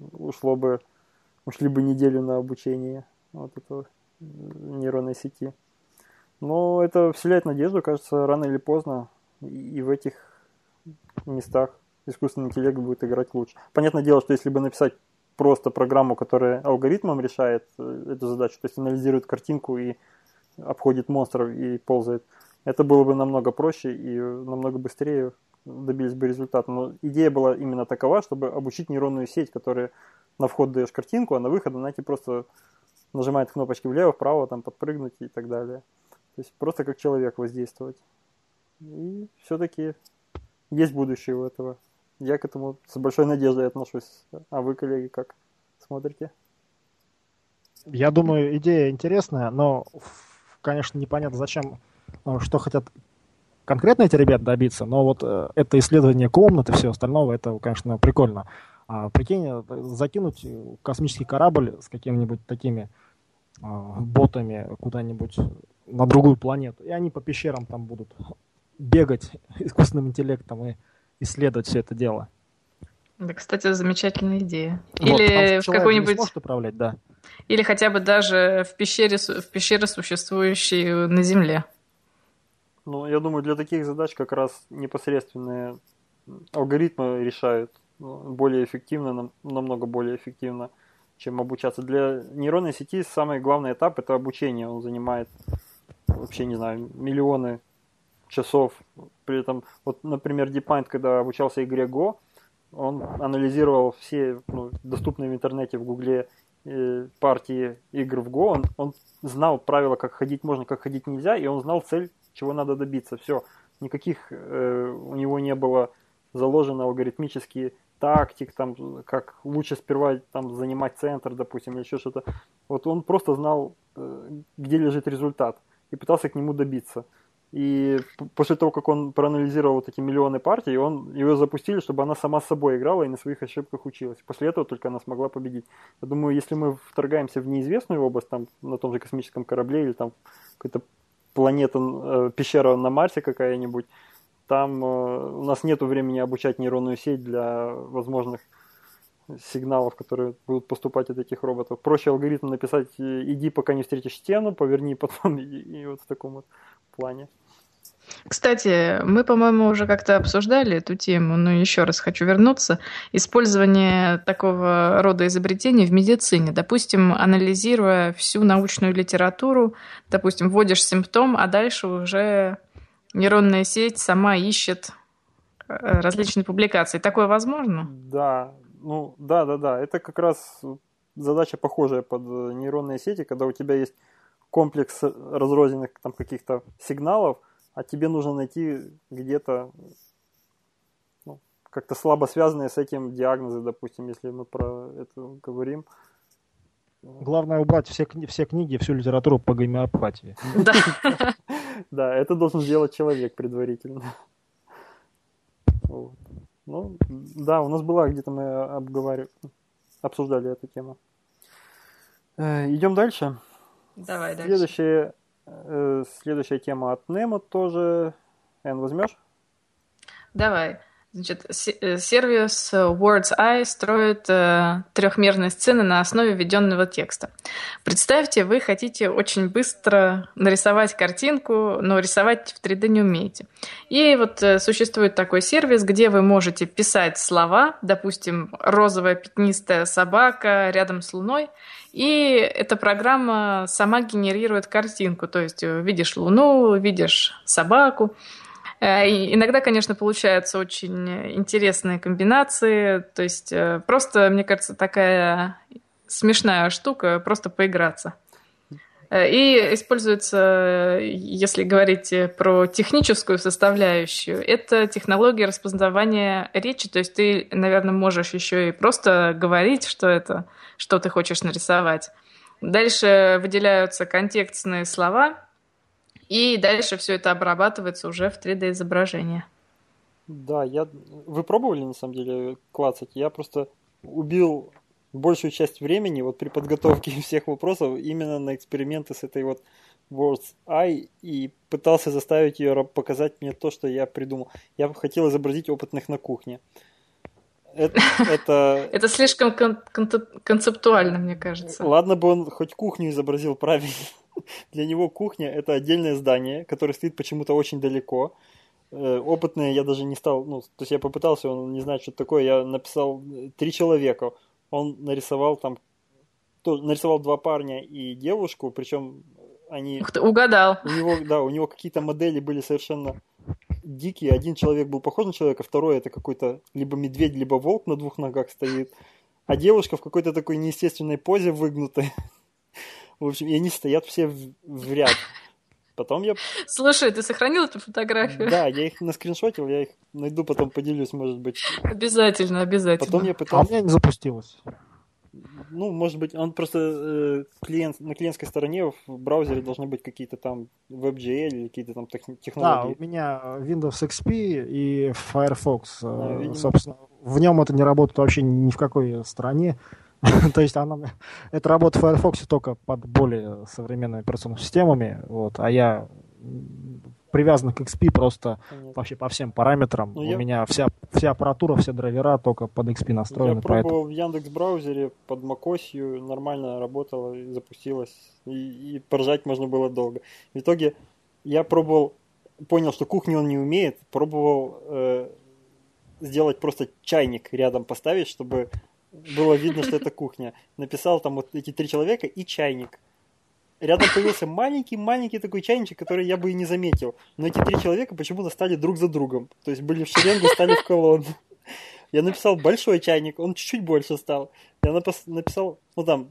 ушли бы неделю на обучение вот этого нейронной сети. Но это вселяет надежду, кажется, рано или поздно и в этих местах искусственный интеллект будет играть лучше. Понятное дело, что если бы написать просто программу, которая алгоритмом решает эту задачу, то есть анализирует картинку и обходит монстров и ползает, это было бы намного проще и намного быстрее добились бы результата. Но идея была именно такова, чтобы обучить нейронную сеть, которая на вход даешь картинку, а на выход она тебе просто нажимает кнопочки влево, вправо, там подпрыгнуть и так далее. То есть просто как человек воздействовать. И все-таки есть будущее у этого. Я к этому с большой надеждой отношусь. А вы, коллеги, как смотрите? Я думаю, идея интересная, но, конечно, непонятно, зачем, что хотят конкретно эти ребята добиться, но вот это исследование комнат и всего остального, это, конечно, прикольно. А прикинь, закинуть космический корабль с какими-нибудь такими ботами куда-нибудь на другую планету, и они по пещерам там будут бегать искусственным интеллектом и исследовать все это дело. Да, кстати, замечательная идея. Вот, или в какой-нибудь... сможет управлять, да. Или хотя бы даже в пещере, существующей на Земле. Ну, я думаю, для таких задач как раз непосредственные алгоритмы решают более эффективно, намного более эффективно, чем обучаться. Для нейронной сети самый главный этап – это обучение. Он занимает, вообще, не знаю, миллионы часов. При этом, вот, например, DeepMind, когда обучался игре Go, он анализировал все доступные в интернете, в Гугле партии игр в Go, он знал правила, как ходить можно, как ходить нельзя, и он знал цель, чего надо добиться. Все. Никаких у него не было заложено алгоритмические тактик, там, как лучше сперва там, занимать центр, допустим, или еще что-то. Вот он просто знал, где лежит результат, и пытался к нему добиться. И после того, как он проанализировал вот эти миллионы партий, ее запустили, чтобы она сама с собой играла и на своих ошибках училась. После этого только она смогла победить. Я думаю, если мы вторгаемся в неизвестную область, там, на том же космическом корабле, или там какая-то планета, пещера на Марсе какая-нибудь, там у нас нет времени обучать нейронную сеть для возможных сигналов, которые будут поступать от этих роботов. Проще алгоритм написать: иди, пока не встретишь стену, поверни потом, и вот в таком вот плане. Кстати, мы, по-моему, уже как-то обсуждали эту тему, но еще раз хочу вернуться. Использование такого рода изобретений в медицине. Допустим, анализируя всю научную литературу, допустим, вводишь симптом, а дальше уже нейронная сеть сама ищет различные публикации. Такое возможно? Да, да. Это как раз задача похожая под нейронные сети, когда у тебя есть комплекс разрозненных там каких-то сигналов, а тебе нужно найти где-то как-то слабо связанные с этим диагнозы, допустим, если мы про это говорим. Главное убрать все книги, всю литературу по гомеопатии. Да. Да, это должен сделать человек предварительно. Ну, да, у нас была где-то мы обсуждали эту тему. Идем дальше. Давай дальше. Следующая тема от Nemo тоже. Эн, возьмешь? Давай. Значит, сервис WordsEye строит трехмерные сцены на основе введенного текста. Представьте, вы хотите очень быстро нарисовать картинку, но рисовать в 3D не умеете. И вот существует такой сервис, где вы можете писать слова, допустим, розовая пятнистая собака рядом с луной, и эта программа сама генерирует картинку. То есть видишь луну, видишь собаку. И иногда, конечно, получаются очень интересные комбинации. То есть просто, мне кажется, такая смешная штука, просто поиграться. И используется, если говорить про техническую составляющую, это технология распознавания речи. То есть ты, наверное, можешь еще и просто говорить, что ты хочешь нарисовать. Дальше выделяются контекстные слова, и дальше все это обрабатывается уже в 3D-изображении. Да, вы пробовали, на самом деле, клацать? Я просто убил большую часть времени вот при подготовке всех вопросов именно на эксперименты с этой вот WordsEye и пытался заставить ее показать мне то, что я придумал. Я хотел изобразить опытных на кухне. Это слишком концептуально, мне кажется. Ладно бы он хоть кухню изобразил правильно. Для него кухня – это отдельное здание, которое стоит почему-то очень далеко. Опытные я даже не стал, то есть я попытался, он не знает, что это такое. Я написал 3 человека. Он нарисовал нарисовал 2 парня и девушку, причем они... Ух ты, угадал. У него какие-то модели были совершенно дикие. Один человек был похож на человека, второй это какой-то либо медведь, либо волк на 2 ногах стоит. А девушка в какой-то такой неестественной позе выгнутой. В общем, и они стоят все в ряд. Потом я... Слушай, ты сохранил эту фотографию? Да, я их наскриншотил, я их найду, потом поделюсь, может быть. Обязательно. Потом я пытался... А у меня не запустилось. Может быть, он просто на клиентской стороне в браузере должны быть какие-то там WebGL или какие-то там технологии. Да, у меня Windows XP и Firefox. Собственно, в нем это не работает вообще ни в какой стране. То есть это работает в Firefox только под более современными операционными системами, а я привязан к XP просто вообще по всем параметрам. У меня вся аппаратура, все драйвера только под XP настроены. Я пробовал в Яндекс.Браузере под macOS, нормально работало и запустилось, и поржать можно было долго. В итоге я понял, что кухню он не умеет, пробовал сделать просто чайник рядом поставить, чтобы было видно, что это кухня. Написал там вот эти 3 человека и чайник. Рядом появился маленький такой чайничек, который я бы и не заметил. Но эти 3 человека почему-то стали друг за другом. То есть были в шеренгу, стали в колонну. Я написал большой чайник, он чуть-чуть больше стал. Я написал,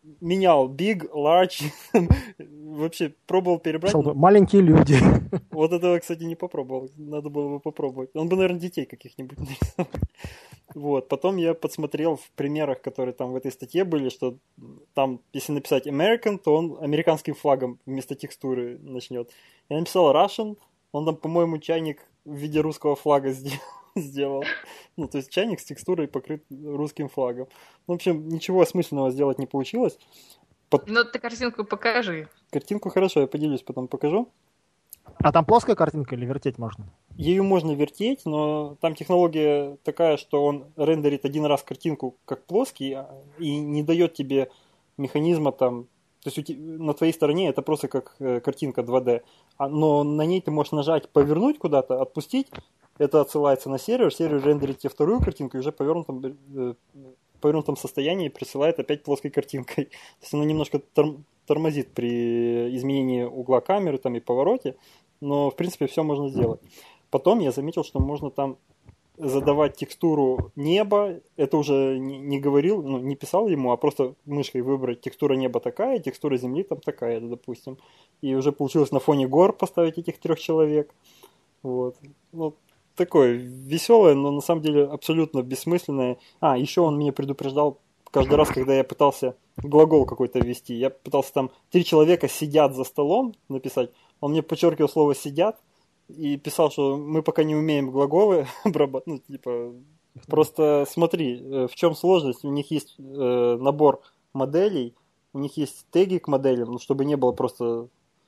менял big, large, вообще пробовал перебрать. Маленькие люди. Вот этого, кстати, не попробовал. Надо было бы попробовать. Он бы, наверное, детей каких-нибудь нарисовал. Вот. Потом я подсмотрел в примерах, которые там в этой статье были, что там, если написать American, то он американским флагом вместо текстуры начнет. Я написал Russian, он там, по-моему, чайник в виде русского флага сделал. Ну, то есть чайник с текстурой покрыт русским флагом. В общем, ничего осмысленного сделать не получилось. Ну, ты картинку покажи. Картинку хорошо, я поделюсь, потом покажу. А там плоская картинка или вертеть можно? Ее можно вертеть, но там технология такая, что он рендерит один раз картинку как плоский и не дает тебе механизма там. То есть на твоей стороне это просто как картинка 2D. Но на ней ты можешь нажать повернуть куда-то, отпустить. Это отсылается на сервер. Сервер рендерит тебе вторую картинку и уже в повернутом состоянии присылает опять плоской картинкой. То есть она немножко тормозит при изменении угла камеры там, и повороте. Но, в принципе, все можно сделать. Потом я заметил, что можно там задавать текстуру неба. Это уже не говорил, ну, не писал ему, а просто мышкой выбрать текстура неба такая, текстура земли там такая, допустим. И уже получилось на фоне гор поставить этих 3 человек. Вот. Ну, такое веселое, но на самом деле абсолютно бессмысленное. Еще он меня предупреждал каждый раз, когда я пытался глагол какой-то ввести. Я пытался там 3 человека сидят за столом написать. Он мне подчеркивал слово «сидят» и писал, что мы пока не умеем глаголы обрабатывать. Ну, типа, просто смотри, в чем сложность. У них есть набор моделей, у них есть теги к моделям, ну, чтобы не было просто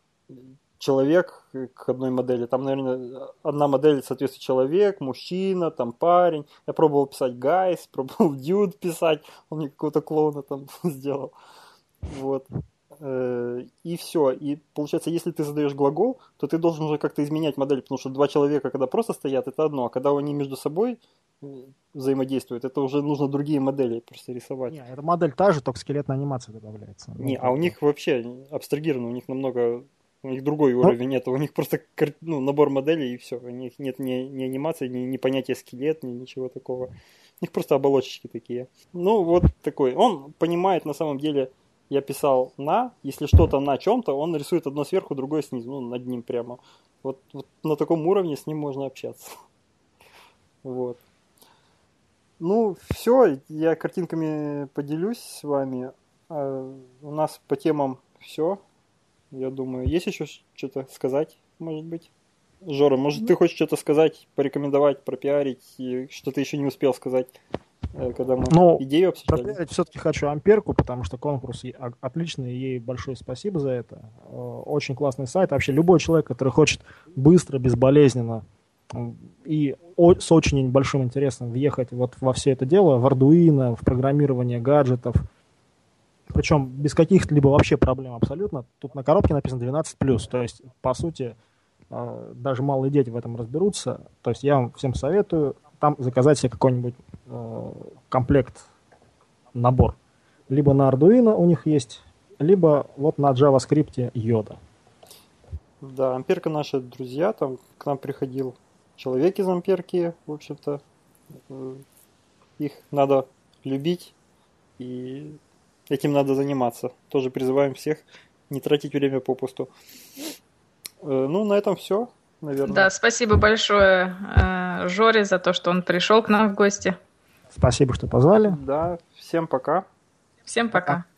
человек к одной модели. Там, наверное, одна модель соответствует человек, мужчина, там парень. Я пробовал писать guys, пробовал dude писать. Он мне какого-то клоуна там сделал. Вот. И все. И получается, если ты задаешь глагол, то ты должен уже как-то изменять модель, потому что 2 человека, когда просто стоят, это одно, а когда они между собой взаимодействуют, это уже нужно другие модели просто рисовать. Не, эта модель та же, только скелетная анимация добавляется. А у них вообще абстрагировано, у них намного, у них другой уровень нет, у них просто набор моделей и все, у них нет ни анимации, ни понятия скелет, ни ничего такого. У них просто оболочечки такие. Ну, вот такой. Он понимает на самом деле. Я писал если что-то на чем-то, он рисует одно сверху, другое снизу, ну, над ним прямо. Вот на таком уровне с ним можно общаться. Вот. Ну, все, я картинками поделюсь с вами. У нас по темам все. Я думаю, есть еще что-то сказать, может быть? Жора, может, ты хочешь что-то сказать, порекомендовать, пропиарить, что ты еще не успел сказать? Когда мы идею обсуждали. Я все-таки хочу Амперку, потому что конкурс отличный, и ей большое спасибо за это. Очень классный сайт. Вообще любой человек, который хочет быстро, безболезненно и с очень большим интересом въехать вот во все это дело, в Arduino, в программирование гаджетов, причем без каких-либо вообще проблем абсолютно. Тут на коробке написано 12+, то есть, по сути, даже малые дети в этом разберутся. То есть я вам всем советую там заказать себе какой-нибудь комплект, набор. Либо на Arduino у них есть, либо вот на JavaScript Yoda. Да, Амперка наши друзья, там к нам приходил человек из Амперки, в общем-то. Их надо любить, и этим надо заниматься. Тоже призываем всех не тратить время попусту. Ну, на этом все, наверное. Да, спасибо большое Жоре за то, что он пришел к нам в гости. Спасибо, что позвали. Да, всем пока. Всем пока.